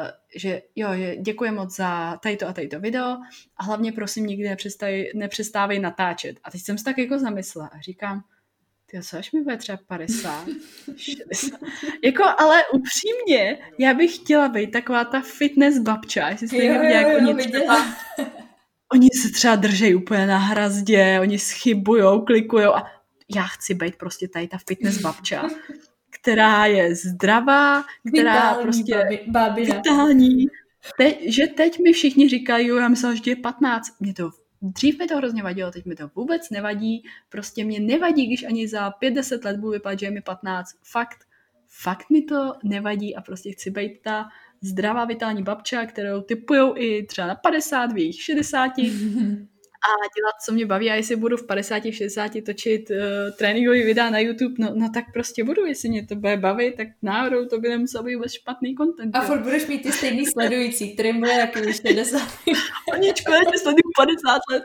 že jo, že děkuji moc za tadyto a tadyto video a hlavně prosím nikdy nepřestávej, nepřestávej natáčet. A teď jsem se tak jako zamyslela a říkám, ty co, až mi bude třeba padesát, šedesát. Jako, ale upřímně, já bych chtěla být taková ta fitness babča, jestli jste někdy viděla, jak oni třeba... Oni se třeba držejí úplně na hrazdě, oni schybujou, klikujou a já chci být prostě tady ta fitness babča, která je zdravá, která vitální, prostě babi, vitální. Te, že teď mi všichni říkají, jo, já myslela, že je patnáct. Mě to, dřív mi to hrozně vadilo, teď mi to vůbec nevadí. Prostě mě nevadí, když ani za pět deset let budu vypadat, že je mi patnáct. Fakt, fakt mi to nevadí a prostě chci být ta zdravá vitální babča, kterou typujou i třeba na padesát, v jejich šedesáti a dělat, co mě baví a jestli budu v padesáti, v šedesáti točit uh, tréninkový videa na YouTube, no, no tak prostě budu, jestli mě to bude bavit, tak náhodou to by nemusel být vůbec špatný content. A furt budeš mít ty stejný sledující, kterým bude jaký šedesát. Aničko, já tě sleduju padesát let.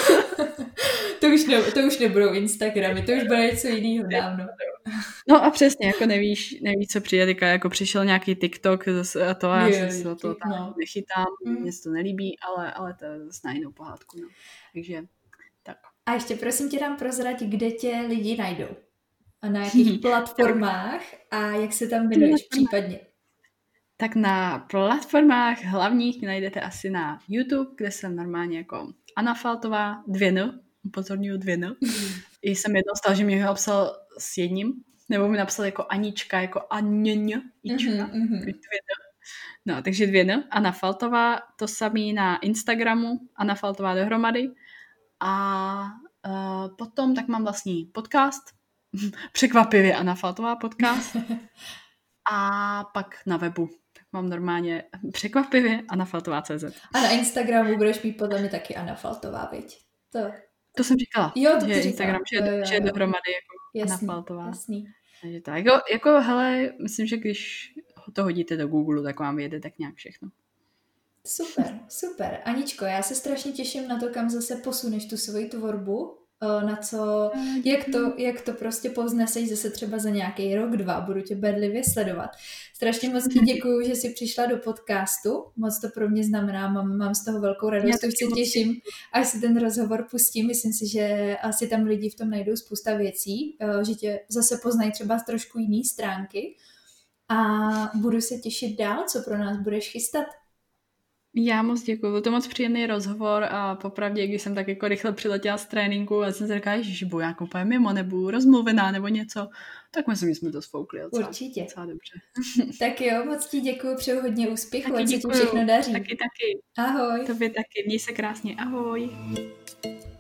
to, už ne, to už nebudou Instagramy, to už bude něco jiného dávno. No a přesně, jako nevíš, nevíš co přijde, teďka jako přišel nějaký TikTok zase a to a já se to tam no. nechytám, mm. mně se to nelíbí, ale, ale to je zase na jinou pohádku, no. Takže tak. A ještě prosím tě dám prozrať, kde tě lidi najdou a na jakých platformách a jak se tam jmenuješ případně. Tak na platformách hlavních najdete asi na YouTube, kde jsem normálně jako Anna Faltová, dvě n, upozorňuji dvě n. I jsem jednou stala, že mě ho napsal s jedním, nebo mi napsal jako Anička, jako Aňň, Ička, mm-hmm. dvě n. No, takže dvě n, Anna Faltová, to samý na Instagramu, Anna Faltová dohromady. A uh, potom tak mám vlastní podcast, překvapivě Anna Faltová podcast. A pak na webu. Tak mám normálně překvapivě Anna Faltová tečka cé zet. A na Instagramu budeš mít podle mě taky Anna Faltová, viď? To, to jsem říkala. Jo, to že ty Instagram, že, jo, jo, že je dohromady jako jasný, Anna Faltová. Jasný. Takže tak. Jako, jako, hele, myslím, že když to hodíte do Google, tak vám vyjede tak nějak všechno. Super, super. Aničko, já se strašně těším na to, kam zase posuneš tu svoji tvorbu, na co, jak to, jak to prostě povzneseš zase třeba za nějaký rok, dva, budu tě bedlivě sledovat. Strašně moc ti děkuju, že jsi přišla do podcastu, moc to pro mě znamená, mám, mám z toho velkou radost, už se těším, až si ten rozhovor pustím, myslím si, že asi tam lidi v tom najdou spousta věcí, že tě zase poznají třeba z trošku jiný stránky a budu se těšit dál, co pro nás budeš chystat. Já moc děkuju, byl to moc příjemný rozhovor a popravdě, když jsem tak jako rychle přiletěla z tréninku a jsem si říkala, že budu jako úplně mimo, nebudu rozmluvená nebo něco, tak myslím, že jsme to sfoukli docela, určitě. Docela dobře. Tak jo, moc ti děkuju, přeju hodně úspěchu, taky ať se ti všechno daří. Taky, taky. Ahoj. Tobě taky, měj se krásně, ahoj.